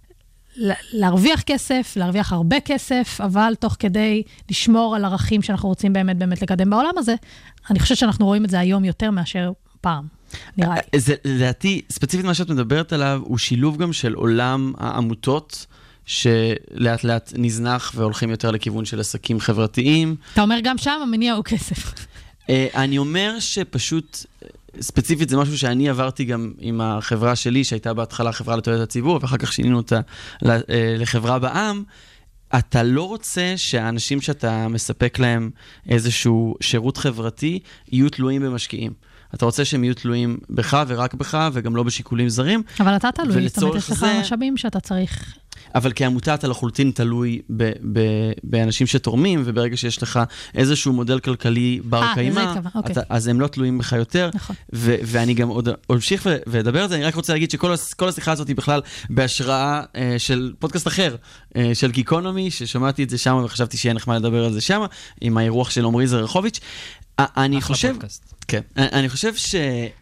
להרוויח כסף, להרוויח הרבה כסף, אבל תוך כדי לשמור על ערכים שאנחנו רוצים באמת באמת לקדם בעולם הזה, אני חושבת שאנחנו רואים את זה היום יותר מאשר פעם. נראה לי. זה, לדעתי, ספציפית מה שאת מדברת עליו, הוא שילוב גם של עולם העמותות, שלאט לאט נזנח והולכים יותר לכיוון של עסקים חברתיים. אתה אומר גם שם, המניע הוא כסף. אני אומר שפשוט, ספציפית זה משהו שאני עברתי גם עם החברה שלי, שהייתה בהתחלה חברה לתועלת הציבור, ואחר כך שינינו אותה לחברה בעם. אתה לא רוצה שהאנשים שאתה מספק להם איזשהו שירות חברתי, יהיו תלויים במשקיעים. אתה רוצה שהם יהיו תלויים בך ורק בך, וגם לא בשיקולים זרים. אבל אתה תלוי, זאת אומרת, יש לך משאבים שאתה צריך... אבל כעמותה אתה לחלוטין תלוי ב- ב- באנשים שתורמים, וברגע שיש לך איזשהו מודל כלכלי בר קיימא, אז הם לא תלויים בך יותר. נכון. ו- ואני גם עוד אמשיך ו- ודבר על זה, אני רק רוצה להגיד שכל הס- כל השיחה הזאת היא בכלל בהשראה אה, של פודקאסט אחר, אה, של גיקונומי, ששמעתי את זה שם וחשבתי שיהיה נחמד לדבר על זה שם, עם האירוח של עומרי זרחוביץ'. אני חושב, כן, אני חושב ש...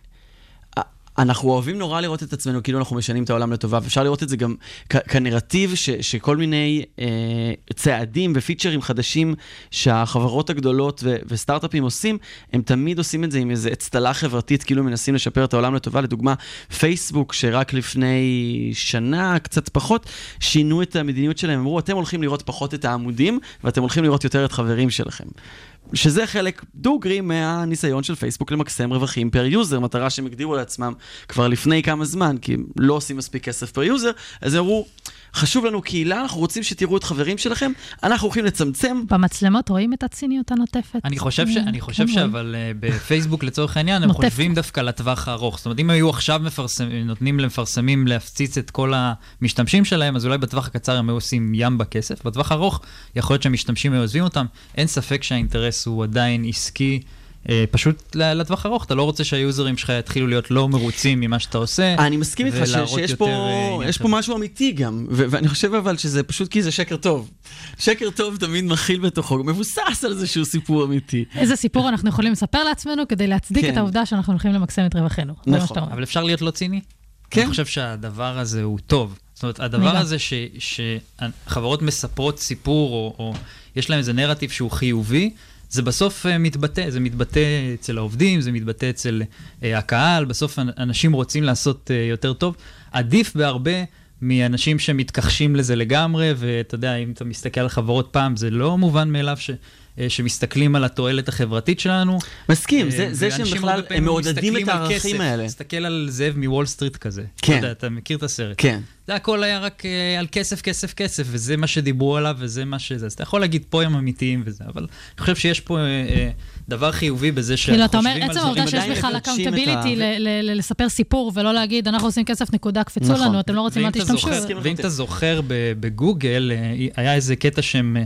אנחנו אוהבים נורא לראות את עצמנו, כאילו אנחנו משנים את העולם לטובה, ואפשר לראות את זה גם כ- כנרטיב ש- שכל מיני אה, צעדים ופיצ'רים חדשים שהחברות הגדולות ו- וסטארט-אפים עושים, הם תמיד עושים את זה עם איזו אצטלה חברתית, כאילו מנסים לשפר את העולם לטובה. לדוגמה, פייסבוק, שרק לפני שנה, קצת פחות, שינו את המדיניות שלהם, אמרו, אתם הולכים לראות פחות את העמודים, ואתם הולכים לראות יותר את חברים שלכם. שזה חלק דוגרי מהניסיון של פייסבוק למקסם רווחים פר יוזר, מטרה שהם הגדירו לעצמם כבר לפני כמה זמן, כי הם לא עושים מספיק כסף פר יוזר, אז הם אמרו, חשוב לנו קהילה, אנחנו רוצים שתראו את חברים שלכם, אנחנו הולכים לצמצם. במצלמות רואים את הציניות הנוטפת? אני חושב ש... אני חושב שאבל בפייסבוק לצורך העניין, הם חושבים דווקא לטווח הארוך. זאת אומרת, אם היו עכשיו נותנים למפרסמים להפציץ את כל המשתמשים שלהם, אז אולי בטווח הקצר הם היו עושים ים בכסף. בטווח הארוך יכול להיות שהמשתמשים עוזבים אותם. אין ספק שהאינטרס הוא עדיין עסקי, פשוט לטווח ארוך. אתה לא רוצה שהיוזרים שלך יתחילו להיות לא מרוצים ממה שאתה עושה. אני מסכים איתך שיש פה, יש פה משהו אמיתי גם, ואני חושב אבל שזה פשוט כי זה שקר טוב. שקר טוב תמיד מכיל בתוכו, מבוסס על איזשהו סיפור אמיתי. איזה סיפור אנחנו יכולים לספר לעצמנו כדי להצדיק את העובדה שאנחנו הולכים למקסם את רווחנו. נכון. אבל אפשר להיות לא ציני? אני חושב שהדבר הזה הוא טוב. זאת אומרת, הדבר הזה שחברות מספרות סיפור, או יש להם איזה נרטיב שהוא חיובי, זה בסוף מתבטא, זה מתבטא אצל העובדים, זה מתבטא אצל הקהל, בסוף אנשים רוצים לעשות יותר טוב. עדיף בהרבה מאנשים שמתכחשים לזה לגמרי, ואתה יודע, אם אתה מסתכל על חברות פעם, זה לא מובן מאליו ש... שמסתכלים על התועלת החברתית שלנו. מסכים, זה, זה שהם בכלל, הם מעודדים את הערכים האלה. מסתכל על זאב מוול סטריט כזה. כן. אתה, יודע, אתה מכיר את הסרט. כן. זה הכל היה רק uh, על כסף, כסף, כסף, וזה מה שדיברו עליו, וזה מה שזה. אז אתה יכול להגיד פה הם אמיתיים וזה, אבל אני חושב שיש פה uh, uh, דבר חיובי בזה שחושבים על זה. אתה אומר, עצם העובדה שיש בכלל אקאונטביליטי לספר סיפור, ולא להגיד, אנחנו עושים כסף נקודה, קפצו לנו, אתם לא רוצים מה תשתמשו. ואם אתה זוכר בגוגל, היה איזה קטע שהם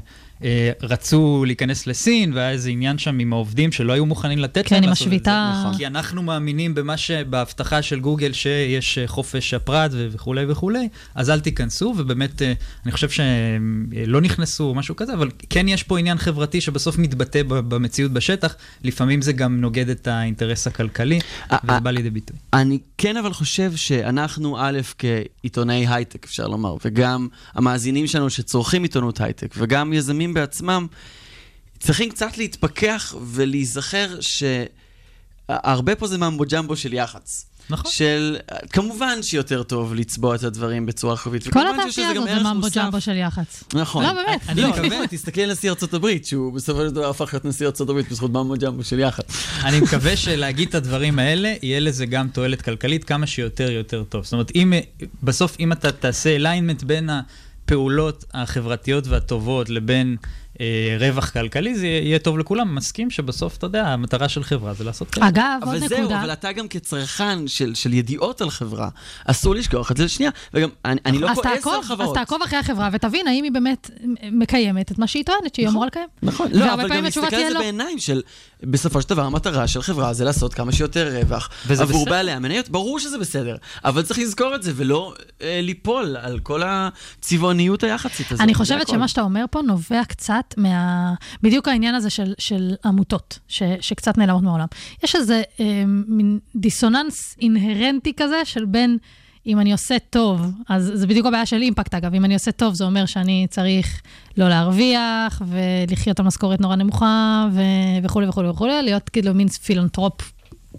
רצו להיכנס לסין, והיה איזה עניין שם עם העובדים שלא היו מוכנים לתת להם לעשות את זה. כי אנחנו מאמינים במה שבהבטחה של גוגל שיש חופש הפרט וכו' וכו', אז אל תיכנסו, ובאמת אני חושב שלא נכנסו או משהו כזה, אבל כן יש פה עניין חברתי שבסוף מתבטא במציאות בשטח, לפעמים זה גם נוגד את האינטרס הכלכלי, וזה בא לידי ביטוי. אני כן אבל חושב שאנחנו א' כעיתונאי הייטק, אפשר לומר, וגם המאזינים שלנו שצורכים עיתונות הייטק, וגם יזמים בעצמם, צריכים קצת להתפכח ולהיזכר הרבה פה זה ממבו ג'מבו של יח"צ. נכון. של, כמובן שיותר טוב לצבוע את הדברים בצורה חיובית. כל התעשייה הזאת זה ממבו ג'מבו של יח"צ. נכון. לא, באמת. אני מקווה... תסתכלי על נשיא ארצות הברית, שהוא בסופו של דבר הפך להיות נשיא ארצות הברית בזכות ממבו ג'מבו של יח"צ. אני מקווה שלהגיד את הדברים האלה, יהיה לזה גם תועלת כלכלית, כמה שיותר יותר טוב. זאת אומרת, אם, בסוף אם אתה תעשה אליינמנט בין הפעולות החברתיות והטובות לבין רווח כלכלי, זה יהיה טוב לכולם. מסכים שבסוף, אתה יודע, המטרה של חברה זה לעשות כסף. אגב, עוד אבל נקודה. זהו, אבל אתה גם כצרכן של, של ידיעות על חברה, אסור לשכוח את זה לשנייה, וגם אני, אני לא כועס על חברות. אז תעקוב אחרי החברה ותבין האם היא באמת מקיימת את מה שהיא טוענת, שהיא אמורה לקיים. נכון, לא, אבל גם להסתכל על זה בעיניים של, בסופו של דבר, המטרה של חברה זה לעשות כמה שיותר רווח, עבור בעלי המניות, ברור שזה בסדר, אבל צריך לזכור את זה, ולא אה, ליפול על כל הצבעוניות היחסית הזאת. אני חושבת שמה שאתה אומר פה נובע קצת מה... בדיוק העניין הזה של, של עמותות, ש, שקצת נעלמות מהעולם. יש איזה אה, מין דיסוננס אינהרנטי כזה, של בין, אם אני עושה טוב, אז זה בדיוק הבעיה של אימפקט, אגב, אם אני עושה טוב, זה אומר שאני צריך לא להרוויח, ולחיות על משכורת נורא נמוכה, ו... וכו' וכו' וכו', להיות כאילו מין פילנטרופ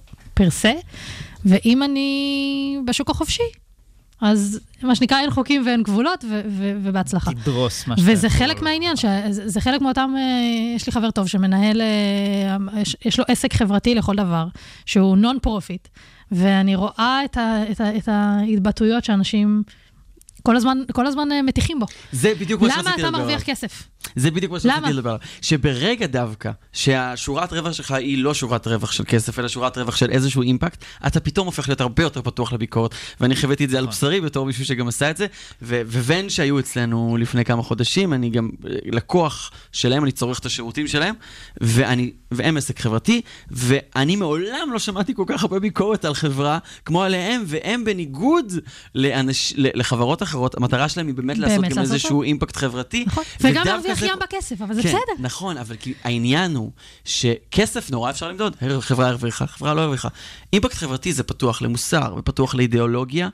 פרסה, ואם אני בשוק החופשי, אז מה שנקרא, אין חוקים ואין גבולות, ו- ו- ובהצלחה. תדרוס מה שאתה... וזה חלק מהעניין, שזה חלק מאותם, יש לי חבר טוב שמנהל, יש, יש לו עסק חברתי לכל דבר, שהוא נון פרופיט, ואני רואה את, ה- את, ה- את ההתבטאויות שאנשים כל הזמן, כל הזמן מתיחים בו. זה בדיוק מה שרציתי לדבר. למה אתה מרוויח כסף? זה בדיוק מה שרציתי לדבר. שברגע דווקא, שהשורת רווח שלך היא לא שורת רווח של כסף, אלא שורת רווח של איזשהו אימפקט, אתה פתאום הופך להיות הרבה יותר פתוח לביקורת, ואני חוויתי את זה על בשרי בתור מישהו שגם עשה את זה, ובין שהיו אצלנו לפני כמה חודשים, אני גם לקוח שלהם, אני צורך את השירותים שלהם, ואני, והם עסק חברתי, ואני מעולם לא שמעתי כל כך הרבה ביקורת על חברה כמו עליהם, והם בניגוד לאנש, לחברות אחרות, המטרה שלהם היא באמת לעשות גם איזשהו אימפקט חברתי. וגם להרוויח ים בכסף, אבל זה בסדר. נכון, אבל העניין הוא שכסף נורא אפשר למדוד, חברה הרוויחה, חברה לא הרוויחה. אימפקט חברתי זה פתוח למוסר ופתוח לאידיאולוגיה,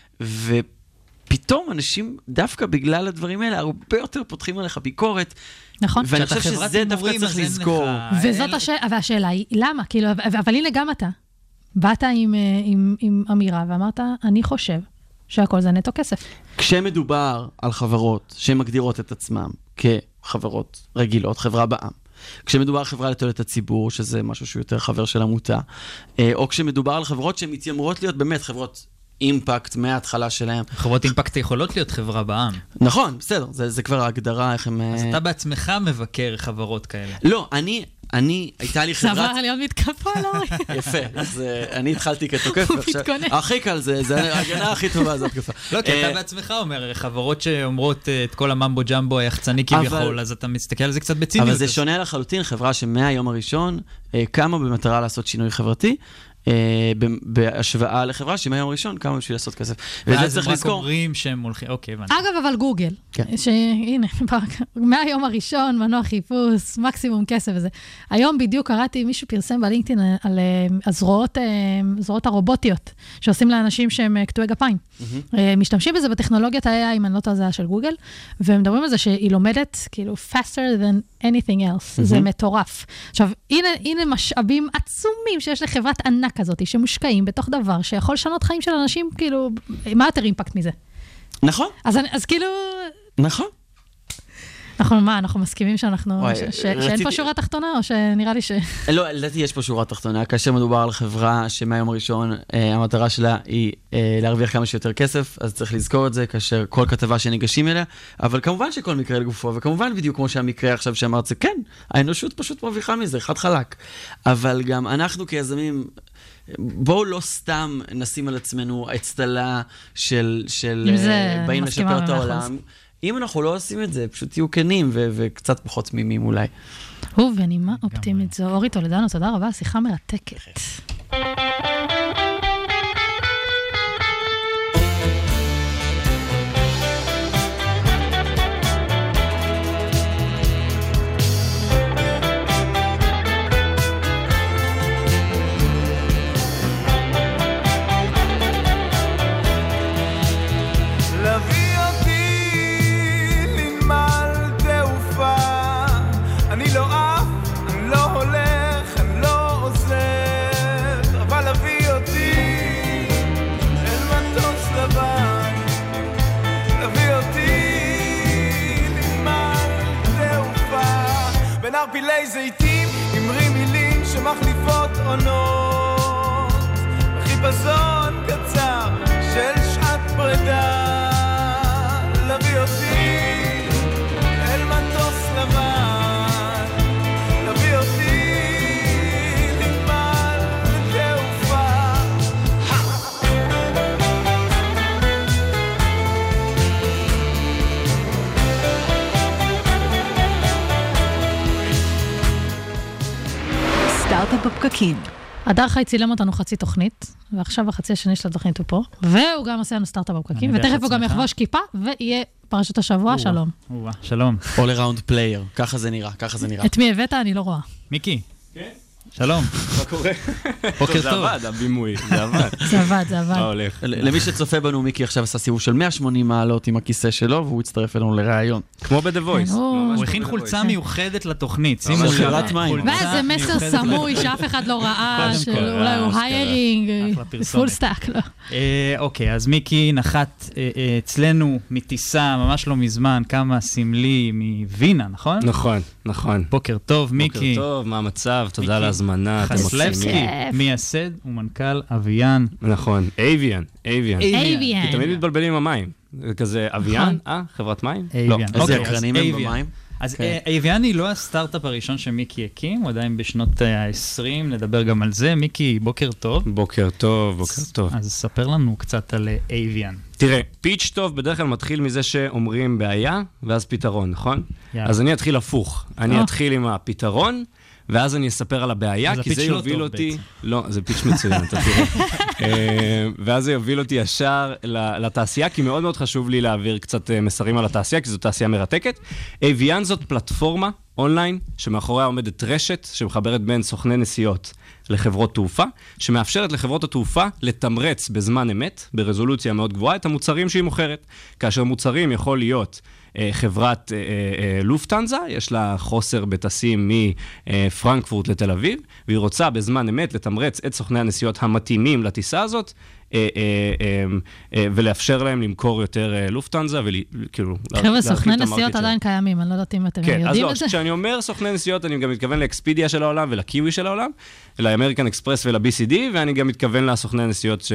ופתאום אנשים דווקא בגלל הדברים האלה הרבה יותר פותחים עליך ביקורת. נכון. ואני חושב שזה דווקא צריך לזכור. וזאת השאלה היא, למה? אבל הנה גם אתה. באת עם אמירה ואמרת, אני חושב שהכל זה נטו כסף. כשמדובר על חברות שמגדירות את עצמם כחברות רגילות, חברה בעם, כשמדובר על חברה לתועלת הציבור, שזה משהו שהוא יותר חבר של עמותה, או כשמדובר על חברות שמתיימרות להיות באמת חברות אימפקט מההתחלה שלהם. חברות אימפקט יכולות להיות חברה בעם. נכון, בסדר, זה, זה כבר ההגדרה, איך הם... אז אתה בעצמך מבקר חברות כאלה. לא, אני... אני, הייתה לי חברת... סבר להיות מתקפה, לא? יפה, אז אני התחלתי כתוקף, ועכשיו... הכי קל זה, זה ההגנה הכי טובה, זו התקפה. לא, כי אתה בעצמך אומר, חברות שאומרות את כל הממבו ג'מבו היחצני כביכול, אז אתה מסתכל על זה קצת בציניות. אבל זה שונה לחלוטין, חברה שמהיום הראשון קמה במטרה לעשות שינוי חברתי, בהשוואה לחברה שמהיום הראשון קמה בשביל לעשות כסף. ואז הם רק אומרים שהם הולכים, אוקיי, הבנתי. אגב, אבל גוגל, שהנה, מהיום הראשון, מנוע חיפוש, מקסימום כסף וזה. היום בדיוק קראתי, מישהו פרסם בלינקדאין על הזרועות הרובוטיות, שעושים לאנשים שהם קטועי גפיים. משתמשים בזה בטכנולוגיית ה-איי איי, אם אני לא טועה, של גוגל, ומדברים על זה שהיא לומדת, כאילו, faster than anything else. זה מטורף. עכשיו, הנה משאבים עצומים שיש לחברת ענק כזאת, שמושקעים בתוך דבר שיכול לשנות חיים של אנשים, כאילו, מה יותר אימפקט מזה? נכון. אז, אז כאילו... נכון. אנחנו, מה, אנחנו מסכימים שאנחנו, וואי, ש, ש, רציתי... שאין פה שורה תחתונה, או שנראה לי ש... לא, לדעתי יש פה שורה תחתונה, כאשר מדובר על חברה שמהיום הראשון, אה, המטרה שלה היא אה, להרוויח כמה שיותר כסף, אז צריך לזכור את זה, כאשר כל כתבה שניגשים אליה, אבל כמובן שכל מקרה לגופו, וכמובן בדיוק כמו שהמקרה עכשיו שאמרת, זה כן, האנושות פשוט מרוויחה מזה, חד חלק. אבל גם אנחנו כיזמים, בואו לא סתם נשים על עצמנו אצטלה של, של uh, באים לשפר את העולם. אם אנחנו לא עושים את זה, פשוט תהיו כנים ו- וקצת פחות תמימים אולי. ובנימה אופטימית זו, אורי טולדנו, תודה רבה, שיחה מרתקת. אני לא עף, אני לא הולך, אני לא עוזר זיתים, אמרי מילים שמחליפות עונות, בחיפזון קצר של שעת פרידה, להביא אותי אל מטוס לבן, להביא אותי לנמל תעופה. סטארט-אפ בפקקים. הדר חי צילם אותנו חצי תוכנית, ועכשיו החצי השני של התוכנית הוא פה, והוא גם עושה לנו סטארט-אפ בפקקים, ותכף הוא גם יחבוש כיפה, ויהיה פרשת השבוע, שלום. שלום. All around player, ככה זה נראה, ככה זה נראה. את מי הבאת? אני לא רואה. מיקי. כן? שלום. מה קורה? בוקר טוב. זה עבד, הבימוי, זה עבד. זה עבד, זה עבד. מה הולך? למי שצופה בנו, מיקי עכשיו עשה סיבוב של מאה ושמונים מעלות עם הכיסא שלו, והוא הצטרף אלינו לראיון. כמו ב-The Voice. הוא הכין חולצה מיוחדת לתוכנית. שימו לב. חירת מים. וזה מסר סמוי שאף אחד לא ראה, שאולי הוא היירינג, פול סטאק, לא. אוקיי, אז מיקי נחת אצלנו מטיסה, ממש לא מזמן, כמה סמלי מווינה, נכון? נכון, נכון. בוקר טוב, מיקי. בוקר טוב, מה המצב? תודה על ההזמנה, אתם חסלבסקי, מייסד ומנכ"ל אביאן. נכון, אביאן, אביאן. אביאן. כי תמיד מתבלבלים עם המים. זה כזה אביאן, אה? חברת מים? לא. אז הקרנים הם במים? אז אביאן היא לא הסטארט-אפ הראשון שמיקי הקים, הוא עדיין בשנות ה-עשרים, נדבר גם על זה. מיקי, בוקר טוב. בוקר טוב, בוקר טוב. אז ספר לנו קצת על אביאן. תראה, פיץ' טוב בדרך כלל מתחיל מזה שאומרים בעיה, ואז פתרון, נכון? אז אני אתחיל הפוך. אני אתחיל עם הפתרון, ואז אני אספר על הבעיה, כי זה יוביל אותי... לא, זה פיץ' מצוין, אתה תראה. ואז זה יוביל אותי ישר לתעשייה, כי מאוד מאוד חשוב לי להעביר קצת מסרים על התעשייה, כי זו תעשייה מרתקת. אביאן זאת פלטפורמה אונליין, שמאחוריה עומדת רשת, שמחברת בין סוכני נסיעות לחברות תעופה, שמאפשרת לחברות התעופה לתמרץ בזמן אמת, ברזולוציה מאוד גבוהה, את המוצרים שהיא מוכרת. כאשר מוצרים יכול להיות חברת לופטנזה, יש לה חוסר בטסים מפרנקפורט לתל אביב, והיא רוצה בזמן אמת לתמרץ את סוכני הנסיעות המתאימים לטיסה הזאת, ולאפשר להם למכור יותר לופטנזה, וכאילו... חבר'ה, סוכני נסיעות עדיין קיימים, אני לא יודעת אם אתם יודעים את זה. כן, אז לא, כשאני אומר סוכני נסיעות, אני גם מתכוון לאקספידיה של העולם ולקיווי של העולם, לאמריקן אקספרס ול-בי סי די, ואני גם מתכוון לסוכני הנסיעות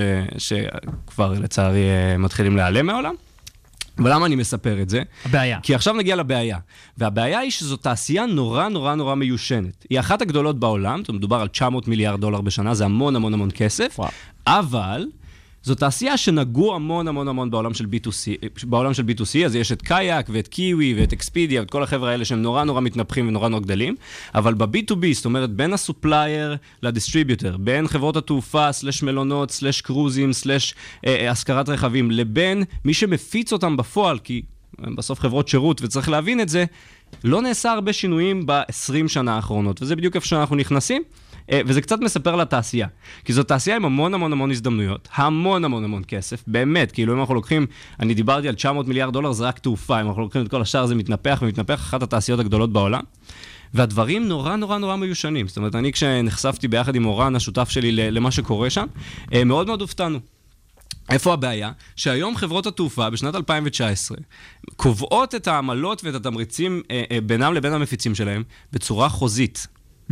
שכבר לצערי מתחילים להיעלם מהעולם. ולמה אני מספר את זה? הבעיה. כי עכשיו נגיע לבעיה. והבעיה היא שזו תעשייה נורא נורא נורא מיושנת. היא אחת הגדולות בעולם, זאת מדובר על תשע מאות מיליארד דולר בשנה, זה המון המון המון כסף, וואו. אבל זו תעשייה שנגעו המון המון המון בעולם של בי טו סי, בעולם של בי טו סי, אז יש את קייק ואת קיווי ואת אקספידיה, ואת כל החבר'ה האלה שהם נורא נורא מתנפחים ונורא נורא גדלים, אבל ב-בי טו בי, זאת אומרת, בין הסופלייר לדיסטריביוטר, בין חברות התעופה, סלש מלונות, סלש קרוזים, סלש אה, השכרת רכבים, לבין מי שמפיץ אותם בפועל, כי בסוף חברות שירות, וצריך להבין את זה, לא נעשה הרבה שינויים ב-עשרים שנה האחרונות, וזה בדיוק איפה שאנחנו נכנסים. וזה קצת מספר לתעשייה, כי זו תעשייה עם המון המון המון הזדמנויות, המון המון המון כסף, באמת, כאילו אם אנחנו לוקחים, אני דיברתי על תשע מאות מיליארד דולר, זה רק תעופה, אם אנחנו לוקחים את כל השאר, זה מתנפח ומתנפח, אחת התעשיות הגדולות בעולם, והדברים נורא נורא נורא מיושנים, זאת אומרת, אני כשנחשפתי ביחד עם אורן, השותף שלי למה שקורה שם, מאוד מאוד הופתענו. איפה הבעיה? שהיום חברות התעופה בשנת אלפיים תשע עשרה קובעות את העמלות ואת התמריצים בינם לבין המפיצים שלהם בצורה חוזית.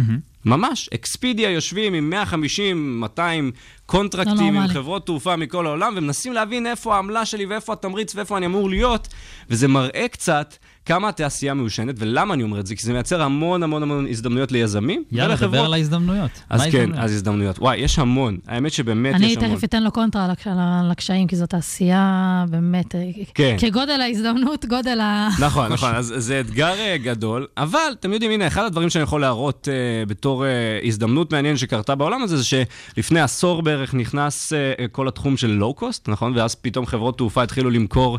ממש, אקספידיה יושבים עם מאה וחמישים מאתיים קונטרקטים עם חברות תעופה מכל העולם, ומנסים להבין איפה העמלה שלי ואיפה התמריץ ואיפה אני אמור להיות, וזה מראה קצת כמה התעשייה מיושנת, ולמה אני אומר את זה? כי זה מייצר המון המון המון הזדמנויות ליזמים. יאללה, דבר על ההזדמנויות. אז כן, אז הזדמנויות. וואי, יש המון. האמת שבאמת יש המון. אני תכף אתן לו קונטרה על הקשיים, כי זו תעשייה באמת, כגודל ההזדמנות, גודל ה... נכון, נכון. אז זה אתגר גדול, אבל אתם יודעים, הנה, אחד הדברים שאני יכול להראות בתור הזדמנות מעניין שקרתה בעולם הזה, זה שלפני עשור בערך נכנס כל התחום של לואו-קוסט, נכון? ואז פתאום חברות תעופה התחילו למכור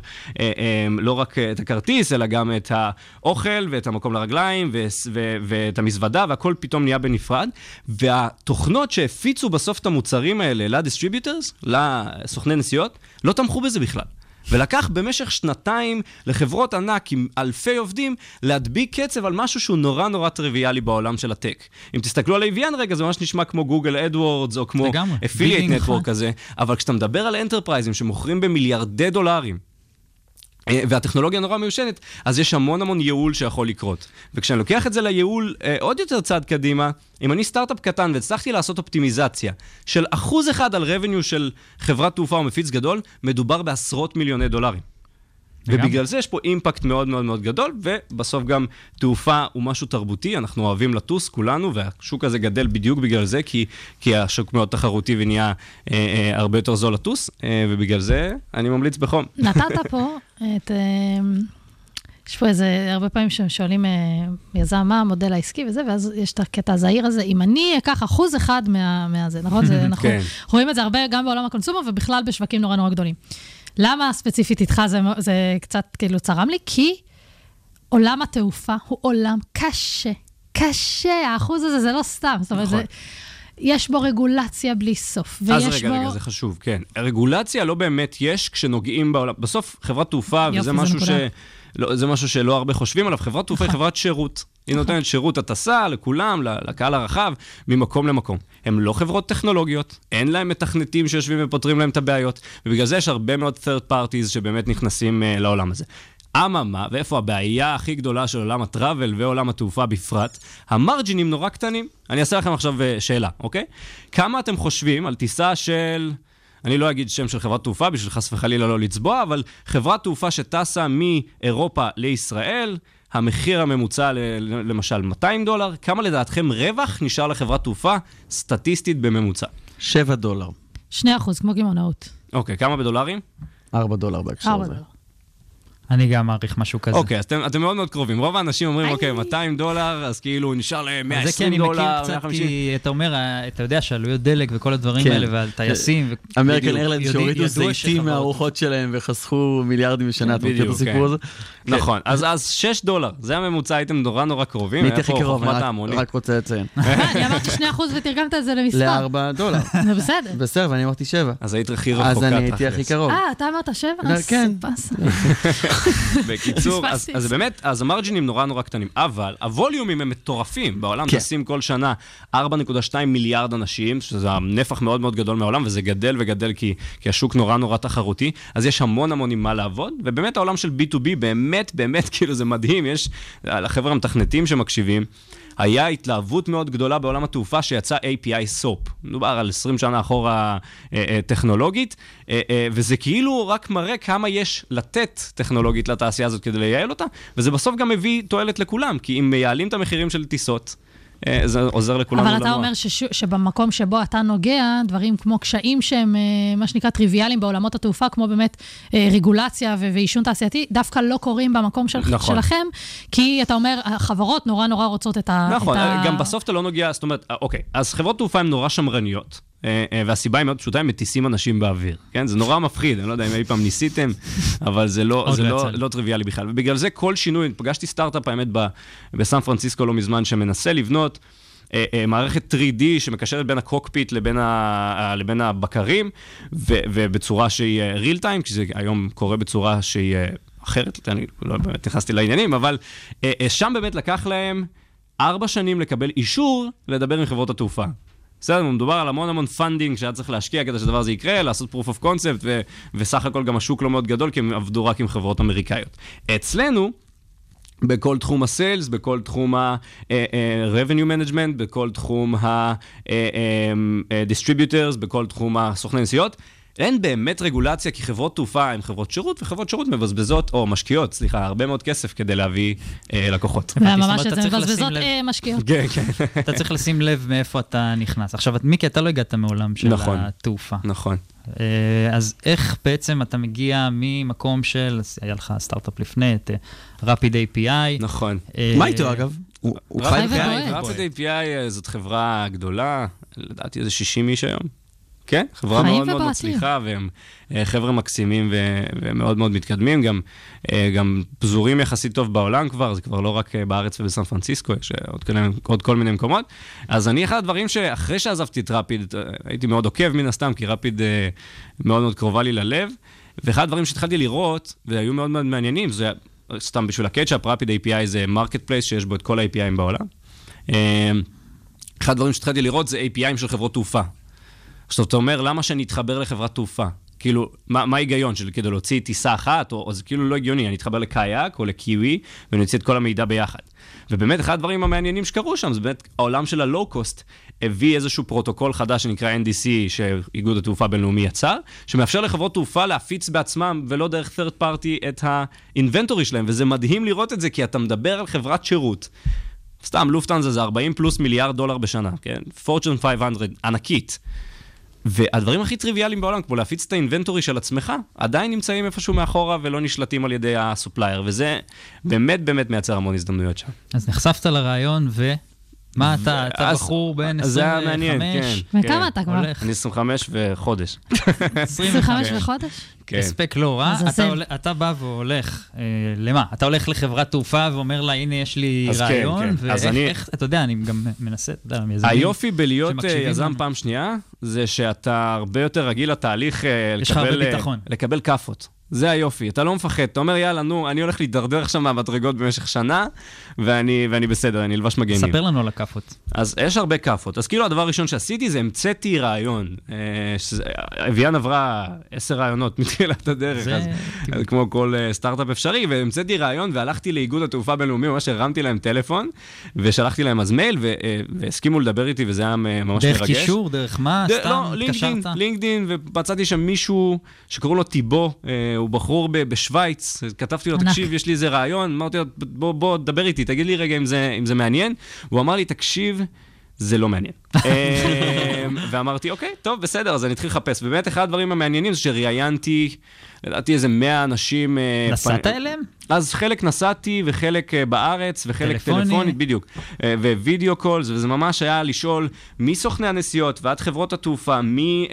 לא רק את הכרטיס, אלא גם את האוכל ואת המקום לרגליים ו- ו- ואת המזוודה, והכל פתאום נהיה בנפרד. והתוכנות שהפיצו בסוף את המוצרים האלה לדיסטריביוטרס, לסוכני נסיעות, לא תמכו בזה בכלל. ולקח במשך שנתיים לחברות ענק עם אלפי עובדים להדביק קצב על משהו שהוא נורא נורא טריוויאלי בעולם של הטק. אם תסתכלו על אביאן רגע, זה ממש נשמע כמו גוגל אדוורדס או כמו אפילייט נטוורק כזה, אבל כשאתה מדבר על אנטרפרייזים שמוכרים במיליארדי דולרים, והטכנולוגיה נורא מיושנת, אז יש המון המון ייעול שיכול לקרות. וכשאני לוקח את זה לייעול עוד יותר צעד קדימה, אם אני סטארט-אפ קטן והצלחתי לעשות אופטימיזציה של אחוז אחד על רבניו של חברת תעופה או מפיץ גדול, מדובר בעשרות מיליוני דולרים. ובגלל זה יש פה אימפקט מאוד מאוד מאוד גדול, ובסוף גם תעופה הוא משהו תרבותי, אנחנו אוהבים לטוס כולנו, והשוק הזה גדל בדיוק בגלל זה, כי, כי השוק מאוד תחרותי ונהיה אה, אה, הרבה יותר זול לטוס, אה, ובגלל זה אני ממליץ בחום. נתת פה את... אה, יש פה איזה, הרבה פעמים ששואלים אה, יזם מה המודל העסקי וזה, ואז יש את הקטע הזהיר הזה, אם אני אקח אחוז אחד מה, מהזה, נכון? זה, אנחנו כן. רואים את זה הרבה גם בעולם הקונסומר, ובכלל בשווקים נורא נורא גדולים. למה ספציפית איתך זה, זה קצת כאילו צרם לי? כי עולם התעופה הוא עולם קשה, קשה, האחוז הזה זה לא סתם, זאת אומרת, זה, יש בו רגולציה בלי סוף. אז רגע, בו... רגע, זה חשוב, כן. רגולציה לא באמת יש כשנוגעים בעולם. בסוף חברת תעופה, יופי, וזה משהו, ש... לא, זה משהו שלא הרבה חושבים עליו, חברת תעופה היא חברת שירות. היא נותנת שירות הטסה לכולם, לקהל הרחב, ממקום למקום. הם לא חברות טכנולוגיות, אין להם מתכנתים שיושבים ופותרים להם את הבעיות, ובגלל זה יש הרבה מאוד third parties שבאמת נכנסים uh, לעולם הזה. אממה, ואיפה הבעיה הכי גדולה של עולם הטראבל ועולם התעופה בפרט, המרג'ינים נורא קטנים. אני אעשה לכם עכשיו שאלה, אוקיי? כמה אתם חושבים על טיסה של... אני לא אגיד שם של חברת תעופה, בשביל חס וחלילה לא לצבוע, אבל חברת תעופה שטסה מאירופה לישראל, המחיר הממוצע למשל מאתיים דולר, כמה לדעתכם רווח נשאר לחברת תעופה סטטיסטית בממוצע? שבע דולר. שני אחוז, כמו גימונאות. אוקיי, כמה בדולרים? ארבע דולר בהקשר הזה. אני גם מעריך משהו כזה. אוקיי, אז אתם, אתם מאוד מאוד קרובים. רוב האנשים אומרים, אוקיי, מאתיים דולר, אז כאילו נשאר ל-מאה ועשרים דולר, מאה וחמישים. זה כן, אני מכיר קצת, כי אתה אומר, אתה יודע שעלויות דלק וכל הדברים האלה, ועל טייסים. אמריקן איירליינס שהורידו זיתים מהארוחות שלהם וחסכו מיליארדים בשנה, אתה מכיר את הסיפור הזה? נכון, אז שש דולר, זה הממוצע, הייתם נורא נורא קרובים. הייתי הכי קרוב, אני רק רוצה לציין. אני אמרתי שני אחוז ותרגמת את זה למספר. לארבע דולר. זה בסדר. בסדר, ואני אמרתי שבע. אז היית הכי רחוקה. אז אני הייתי הכי קרוב. אה, אתה אמרת שבע? כן. בקיצור, אז, אז באמת, אז המרג'ינים נורא נורא קטנים, אבל הווליומים הם מטורפים. בעולם כן. טסים כל שנה ארבע נקודה שתיים מיליארד אנשים, שזה נפח מאוד מאוד גדול מהעולם, וזה גדל וגדל כי, כי השוק נורא נורא תחרותי, אז יש המון המון עם מה לעבוד, ובאמת העולם של בי טו בי, באמת, באמת, כאילו זה מדהים, יש לחבר'ה המתכנתים שמקשיבים, היה התלהבות מאוד גדולה בעולם התעופה שיצא איי פי איי סופ. מדובר על עשרים שנה אחורה טכנולוגית, וזה כאילו רק מראה כמה יש לתת טכנולוגית לתעשייה הזאת כדי לייעל אותה, וזה בסוף גם מביא תועלת לכולם, כי אם מייעלים את המחירים של טיסות, זה עוזר לכולנו לנוע. אבל אתה אומר שש... שבמקום שבו אתה נוגע, דברים כמו קשיים שהם, מה שנקרא, טריוויאליים בעולמות התעופה, כמו באמת רגולציה ואישון תעשייתי, דווקא לא קורים במקום של... נכון. שלכם, כי אתה אומר, החברות נורא נורא רוצות את ה... נכון, את ה... גם בסוף אתה לא נוגע, זאת אומרת, אוקיי, אז חברות תעופה הן נורא שמרניות, והסיבה היא מאוד פשוטה, הם מטיסים אנשים באוויר, כן? זה נורא מפחיד, אני לא יודע אם אי פעם ניסיתם, אבל זה לא, זה לא, לא טריוויאלי בכלל. ובגלל זה כל שינוי, פגשתי סטארט-אפ, האמת, בסן פרנסיסקו לא מזמן, שמנסה לבנות מערכת תרי די שמקשרת בין הקוקפיט לבין, ה, לבין הבקרים, ו, ובצורה שהיא real time, כי זה היום קורה בצורה שהיא אחרת, אני לא באמת נכנסתי לעניינים, אבל שם באמת לקח להם ארבע שנים לקבל אישור לדבר עם חברות התעופה. בסדר, מדובר על המון המון פנדינג שהיה צריך להשקיע כדי שהדבר הזה יקרה, לעשות proof of concept, ו- וסך הכל גם השוק לא מאוד גדול, כי הם עבדו רק עם חברות אמריקאיות. אצלנו, בכל תחום הסיילס, בכל תחום ה-revenue management, בכל תחום ה-distributors, בכל תחום הסוכני נסיעות, אין באמת רגולציה, כי חברות תעופה הן חברות שירות, וחברות שירות מבזבזות, או משקיעות, סליחה, הרבה מאוד כסף כדי להביא אה, לקוחות. וממש את זה מבזבזות אה, משקיעות. כן, כן. אתה צריך לשים לב מאיפה אתה נכנס. עכשיו, מיקי, אתה לא הגעת מעולם של נכון, התעופה. נכון. אז איך בעצם אתה מגיע ממקום של, היה לך סטארט-אפ לפני, את Rapid איי פי איי. נכון. מה איתו, אגב? הוא חי ודואג. Rapid איי פי איי זאת חברה גדולה, לדעתי איזה שישים איש היום. כן, חברה מאוד מאוד מצליחה, והם חבר'ה מקסימים ומאוד מאוד מתקדמים, גם, גם פזורים יחסית טוב בעולם כבר, זה כבר לא רק בארץ ובסן פרנסיסקו, יש עוד, עוד כל מיני מקומות. אז אני אחד הדברים שאחרי שעזבתי את רפיד, הייתי מאוד עוקב מן הסתם, כי רפיד מאוד מאוד קרובה לי ללב, ואחד הדברים שהתחלתי לראות, והיו מאוד מאוד מעניינים, זה סתם בשביל הקטשאפ, רפיד איי פי איי זה מרקט פלייס שיש בו את כל ה-איי פי איי בעולם. אחד הדברים שהתחלתי לראות זה איי פי איי של חברות תעופה. עכשיו, אתה אומר, למה שאני אתחבר לחברת תעופה? כאילו, מה, מה ההיגיון של כדי להוציא טיסה אחת, או, או זה כאילו לא הגיוני, אני אתחבר לקייק או לקיווי, ואני אוציא את כל המידע ביחד. ובאמת, אחד הדברים המעניינים שקרו שם, זה באמת העולם של הלואו-קוסט, הביא איזשהו פרוטוקול חדש שנקרא אן די סי, שאיגוד התעופה הבינלאומי יצר, שמאפשר לחברות תעופה להפיץ בעצמם, ולא דרך third party, את האינבנטורי שלהם, וזה מדהים לראות את זה, כי אתה מדבר על חברת שירות. סתם, לופטהנזה זה ארבעים פלוס מיליארד דולר בשנה, כן? פורצ'ן חמש מאות, ענקית. והדברים הכי טריוויאליים בעולם, כמו להפיץ את האינבנטורי של עצמך, עדיין נמצאים איפשהו מאחורה ולא נשלטים על ידי הסופלייר, וזה באמת באמת מייצר המון הזדמנויות שם. אז נחשפת לרעיון ו... מה אתה, אתה בחור בין עשרים וחמש? זה היה מעניין, כן. וכמה אתה כבר? אני עשרים וחמש וחודש. עשרים וחמש וחודש? כן. הספק לא רע. אתה בא והולך, למה? אתה הולך לחברת תעופה ואומר לה, הנה יש לי רעיון, ואיך, אתה יודע, אני גם מנסה, אתה יודע, מייזמים. היופי בלהיות יזם פעם שנייה, זה שאתה הרבה יותר רגיל לתהליך לקבל כפות. זה היופי, אתה לא מפחד, אתה אומר יאללה, נו, אני הולך להידרדר שם מהמדרגות במשך שנה, ואני, ואני בסדר, אני אלבש מגנים. ספר לנו על הכפות. אז יש הרבה כפות. אז כאילו הדבר הראשון שעשיתי זה המצאתי רעיון. אביאן עברה עשר רעיונות מתחילת הדרך, אז, אז כמו כל סטארט-אפ אפשרי, והמצאתי רעיון והלכתי לאיגוד התעופה הבינלאומי, ממש הרמתי להם טלפון, ושלחתי להם אז מייל, והסכימו לדבר איתי, וזה היה ממש דרך מרגש. קישור, דרך מה? ד... סתם לא, לינקדין, לינקדין, ומצאתי שם מישהו שקראו לו טיבו, הוא בחור בשוויץ, כתבתי לו, תקשיב, יש לי איזה רעיון, אמרתי לו, בוא, בוא, דבר איתי, תגיד לי רגע אם זה, אם זה מעניין. הוא אמר לי, תקשיב, זה לא מעניין. ואמרתי, אוקיי, טוב, בסדר, אז אני אתחיל לחפש. באמת, אחד הדברים המעניינים זה שראיינתי, לדעתי איזה מאה אנשים... נסעת אליהם? אז חלק נסעתי וחלק בארץ וחלק טלפונית, בדיוק. ווידאו קולס, וזה ממש היה לשאול מי סוכני הנסיעות ועד חברות התעופה,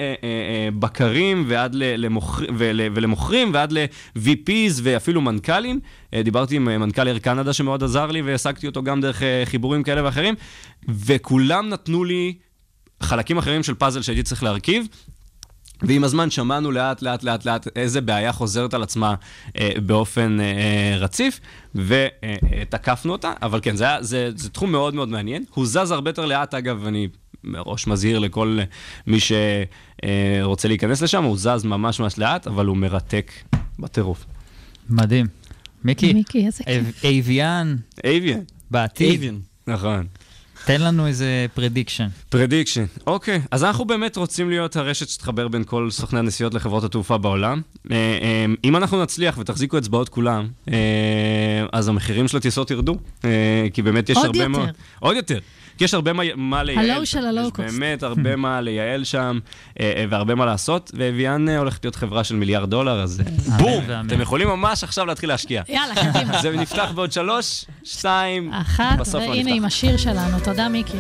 מבקרים ועד למוכרים ועד ל-וי פיז ואפילו מנכ"לים. דיברתי עם מנכ"ל איר קנדה שמאוד עזר לי והעסקתי אותו גם דרך חיבורים כאלה ואחרים, וכולם נתנו לי חלקים אחרים של פאזל שהייתי צריך להרכיב, ועם הזמן שמענו לאט, לאט, לאט, לאט איזה בעיה חוזרת על עצמה אה, באופן אה, רציף, ותקפנו אותה, אבל כן, זה, זה, זה תחום מאוד מאוד מעניין. הוא זז הרבה יותר לאט, אגב, אני מראש מזהיר לכל מי שרוצה להיכנס לשם, הוא זז ממש ממש לאט, אבל הוא מרתק בטירוף. מדהים. מיקי, מיקי, איזה כיף. אביאן. אביאן. בעתיד. אביאן, נכון. תן לנו איזה פרדיקשן. פרדיקשן, אוקיי. אז אנחנו באמת רוצים להיות הרשת שתחבר בין כל סוכני הנסיעות לחברות התעופה בעולם. אם אנחנו נצליח ותחזיקו אצבעות כולם, אז המחירים של הטיסות ירדו. כי באמת יש הרבה מאוד... עוד יותר. כי יש הרבה מה לייעל. הלואו של הלואו-קוסט. יש באמת הרבה מה לייעל שם, והרבה מה לעשות, ואביאן הולכת להיות חברה של מיליארד דולר, אז בום! אתם יכולים ממש עכשיו להתחיל להשקיע. יאללה, קדימה. זה נפתח בעוד שלוש, שתיים, אחת, והנה עם השיר שלנו. תודה, מיקי.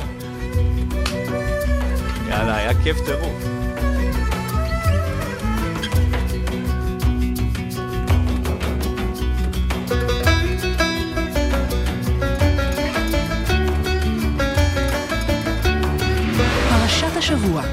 יאללה, היה כיף טירוף. פרשת השבוע.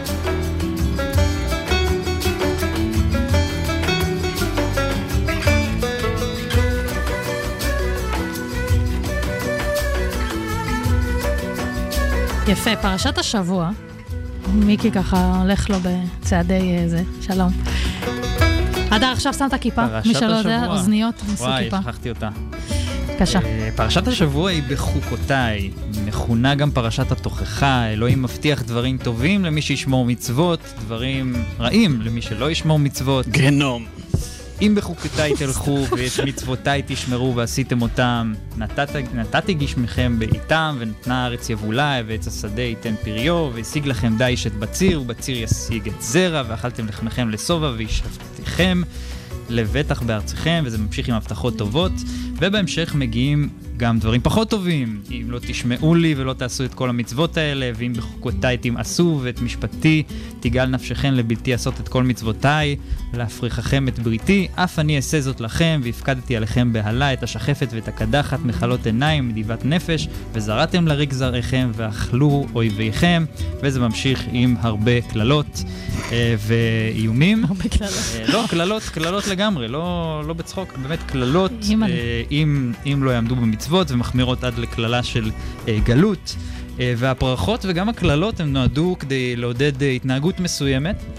יפה, פרשת השבוע. מיקי ככה הולך לו בצעדי זה. שלום. עדה, עכשיו שמת כיפה. מי שלא יודע, אוזניות, נסו כיפה. וואי, שכחתי אותה. קשה. פרשת השבוע היא בחוקותיי, מכונה גם פרשת התוכחה, אלוהים מבטיח דברים טובים למי שישמור מצוות, דברים רעים למי שלא ישמור מצוות. גנום. אם בחוקותיי תלכו ואת מצוותיי תשמרו ועשיתם אותם, נתת, נתתי גשמכם בעיתם ונתנה הארץ יבולה ועץ השדה ייתן פריו והשיג לכם דיש את בציר ובציר ישיג את זרע ואכלתם לחמכם לשובע וישבתכם לבטח בארצכם, וזה ממשיך עם הבטחות טובות, ובהמשך מגיעים גם דברים פחות טובים. אם לא תשמעו לי ולא תעשו את כל המצוות האלה, ואם בחוקותיי תמעשו ואת משפטי תגל נפשכם לבלתי לעשות את כל מצוותיי, להפריחכם את בריתי, אף אני אעשה זאת לכם, והפקדתי עליכם בהלה את השחפת ואת הקדחת מחלות עיניים, מדיבת נפש, וזרעתם לריק זרעיכם ואכלו אויביכם, וזה ממשיך עם הרבה כללות אה, ואיומים. הרבה כללות. אה, לא, כללות, כללות לגמרי, לא, לא בצחוק, באמת כללות, אה, אם, אם לא יעמדו במצוות, ומחמירות עד לכללה של אה, גלות. אה, והפרחות וגם הכללות הם נועדו כדי לעודד אה, התנהגות מסוימת,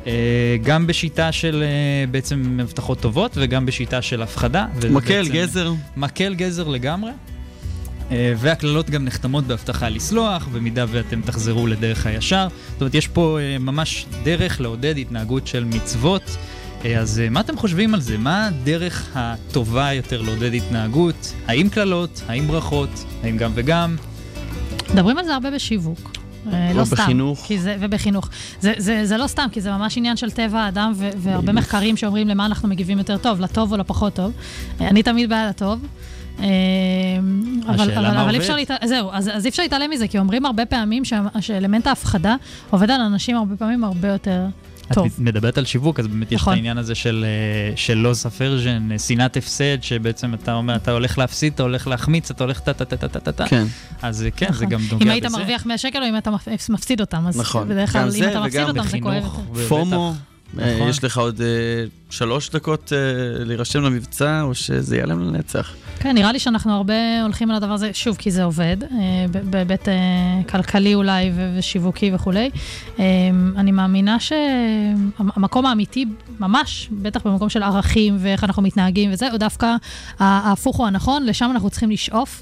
גם בשיטה של בעצם מבטחות טובות, וגם בשיטה של הפחדה. מקל, גזר. מקל, גזר לגמרי. והכללות גם נחתמות בהבטחה לסלוח, במידה ואתם תחזרו לדרך הישר. זאת אומרת, יש פה ממש דרך לעודד התנהגות של מצוות. אז מה אתם חושבים על זה? מה הדרך הטובה יותר לעודד התנהגות? האם כללות? האם ברכות? האם גם וגם? מדברים על זה הרבה בשיווק. לא סתם. בחינוך. כי זה, ובחינוך. זה, זה, זה לא סתם, כי זה ממש עניין של טבע האדם, ו- והרבה מחקרים שאומרים למה אנחנו מגיבים יותר טוב, לטוב או לפחות טוב. אני תמיד בעד הטוב. אבל, אבל, אבל אי אפשר להת... זהו, אז, אז אי אפשר להתעלם מזה, כי אומרים הרבה פעמים שאלמנט ההפחדה עובד על אנשים הרבה פעמים הרבה יותר טוב. את מדברת על שיווק, אז באמת יש את העניין הזה של, של loss aversion, שנאת הפסד, שבעצם אתה אומר, אתה הולך להפסיד, אתה הולך להחמיץ, אתה הולך טה-טה-טה-טה-טה-טה. כן. אז כן, זה גם נוגע בזה. אם היית מרוויח מאה שקל או אם אתה מפסיד אותם, אז בדרך כלל אם אתה מפסיד אותם זה כואב יותר. פומו, יש לך עוד שלוש דקות להירשם למבצע, או שזה ייעלם לנצח. כן, נראה לי שאנחנו הרבה הולכים על הדבר הזה, שוב, כי זה עובד, בהיבט כלכלי אולי ושיווקי וכולי. אני מאמינה שהמקום האמיתי, ממש, בטח במקום של ערכים ואיך אנחנו מתנהגים וזה, או דווקא ההפוך הוא הנכון, לשם אנחנו צריכים לשאוף.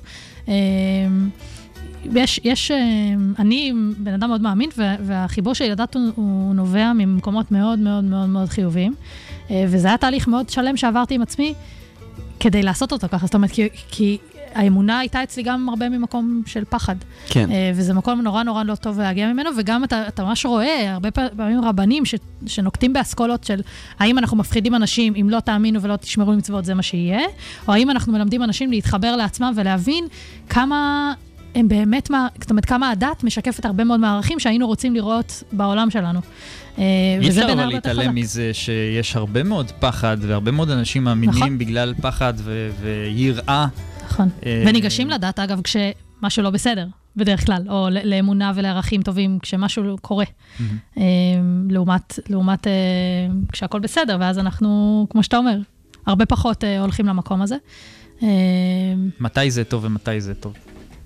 יש, יש, אני בן אדם מאוד מאמין, והחיבור של לדת הוא נובע ממקומות מאוד מאוד מאוד מאוד חיוביים, וזה היה תהליך מאוד שלם שעברתי עם עצמי, כדי לעשות אותו ככה, זאת אומרת, כי, כי האמונה הייתה אצלי גם הרבה ממקום של פחד. כן. וזה מקום נורא נורא לא טוב להגיע ממנו, וגם אתה, אתה ממש רואה, הרבה פעמים רבנים ש, שנוקטים באסכולות של האם אנחנו מפחידים אנשים, אם לא תאמינו ולא תשמרו מצוות, זה מה שיהיה, או האם אנחנו מלמדים אנשים להתחבר לעצמם ולהבין כמה הם באמת, זאת אומרת, כמה הדת משקפת הרבה מאוד מערכים שהיינו רוצים לראות בעולם שלנו. אי אפשר אבל להתעלם מזה שיש הרבה מאוד פחד, והרבה מאוד אנשים מאמינים בגלל פחד ויראה. נכון. וניגשים לדת, אגב, כשמשהו לא בסדר, בדרך כלל, או לאמונה ולערכים טובים, כשמשהו קורה. לעומת, לעומת כשהכל בסדר, ואז אנחנו, כמו שאתה אומר, הרבה פחות הולכים למקום הזה. מתי זה טוב ומתי זה טוב?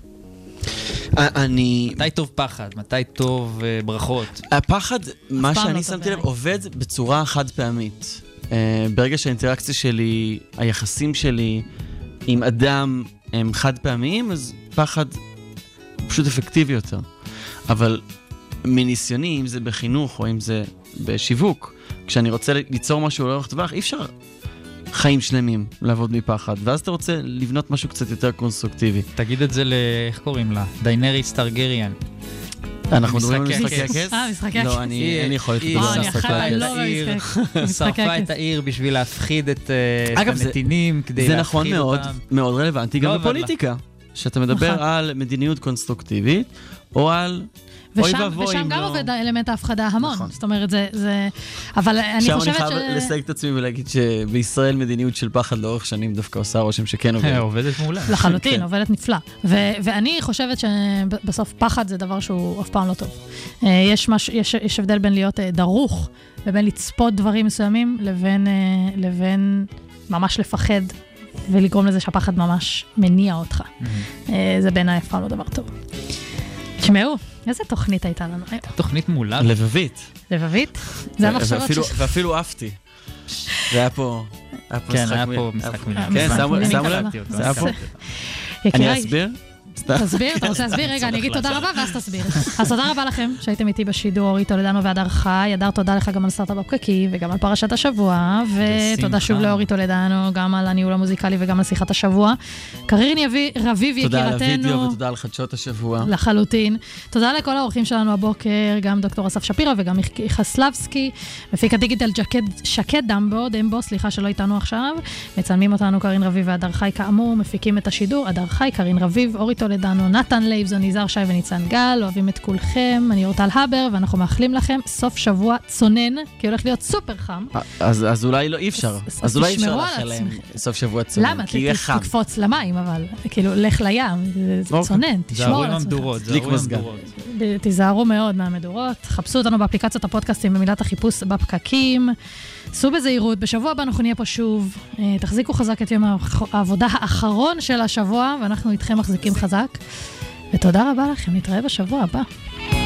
אני... מתי טוב פחד? מתי טוב uh, ברכות? הפחד, מה שאני שמתי לב, עובד בצורה חד פעמית. Uh, ברגע שהאינטראקציה שלי, היחסים שלי עם אדם הם חד פעמיים, אז פחד פשוט אפקטיבי יותר. אבל מניסיוני, אם זה בחינוך או אם זה בשיווק, כשאני רוצה ליצור משהו לאורך טווח, אי אפשר חיים שלמים לעבוד מפחד, ואז אתה רוצה לבנות משהו קצת יותר קונסטרוקטיבי. תגיד את זה ל... איך קוראים לה? דיינריס טרגריאן. אנחנו מדברים על משחקי הכס? אה, משחקי הכס. לא, אני יכול לדבר על משחקי הכס. שרפה את העיר בשביל להפחיד את הנתינים, כדי להפחיד אותם. זה נכון מאוד, מאוד רלוונטי גם בפוליטיקה. שאתה מדבר על מדיניות קונסטרוקטיבית, או על... ושם, ושם גם עובד האלמנט ההפחדה המון. נכון. זאת אומרת, זה, זה... אבל אני חושבת ש... שם אני חייב לסייג את עצמי ולהגיד שבישראל מדיניות של פחד לאורך שנים דווקא עושה רושם שכן עובד. עובדת מעולה. לחלוטין, עובדת נפלא. ו- ואני חושבת שבסוף פחד זה דבר שהוא אף פעם לא טוב. יש, מש... יש, יש הבדל בין להיות דרוך, ובין לצפות דברים מסוימים, לבין, לבין ממש לפחד, ולגרום לזה שהפחד ממש מניע אותך. Mm-hmm. זה בעיניי אף פעם לא דבר טוב. תשמעו, איזה תוכנית הייתה לנו? תוכנית מולה. לבבית. לבבית? זה המחשבות ש... ואפילו אהבתי. זה היה פה... כן, היה פה משחק מילה. כן, שמו לב. זה היה פה. אני אסביר? תסביר, אתה רוצה להסביר? רגע, אני אגיד תודה רבה ואז תסביר. אז תודה רבה לכם שהייתם איתי בשידור, אורי טולדנו והדר חי. הדר, תודה לך גם על סטארט-אפ בפקקים וגם על פרשת השבוע, ותודה שוב לאורי טולדנו, גם על הניהול המוזיקלי וגם על שיחת השבוע. קרין רביב יקירתנו. תודה על הוידאו ותודה על חדשות השבוע. לחלוטין. תודה לכל האורחים שלנו הבוקר, גם דוקטור אסף שפירא וגם מיכי חסלבסקי, מפיק הדיגיטל שקד דמבו, דמבו, סליחה שלא איתנו עכשיו. מצלמים אותנו קרין רביב והדר חי, כאמור, מפיקים את השידור, הדר חי, קרין רביב, אורי טולדנו, נתן לייבזון, ניזר שי וניצן גל, אוהבים את כולכם, אני אורטל הבר, ואנחנו מאחלים לכם סוף שבוע צונן, כי הולך להיות סופר חם. אז, אז אולי לא, אי אפשר. אז, אז אולי אפשר לאחל סוף שבוע צונן. למה? תקפוץ למים, אבל, כאילו, לך לים, זה צונן, תשמור על עצמך. תיזהרו מאוד מהמדורות, חפשו אותנו באפליקציות הפודקאסטים במילת החיפוש בפקקים, סעו בזהירות, בשבוע הבא אנחנו נהיה פה שוב, תחזיקו חזק את יום העבודה האחרון של השבוע, ואנחנו איתכם מחזיקים חזק, ותודה רבה לכם, נתראה בשבוע הבא.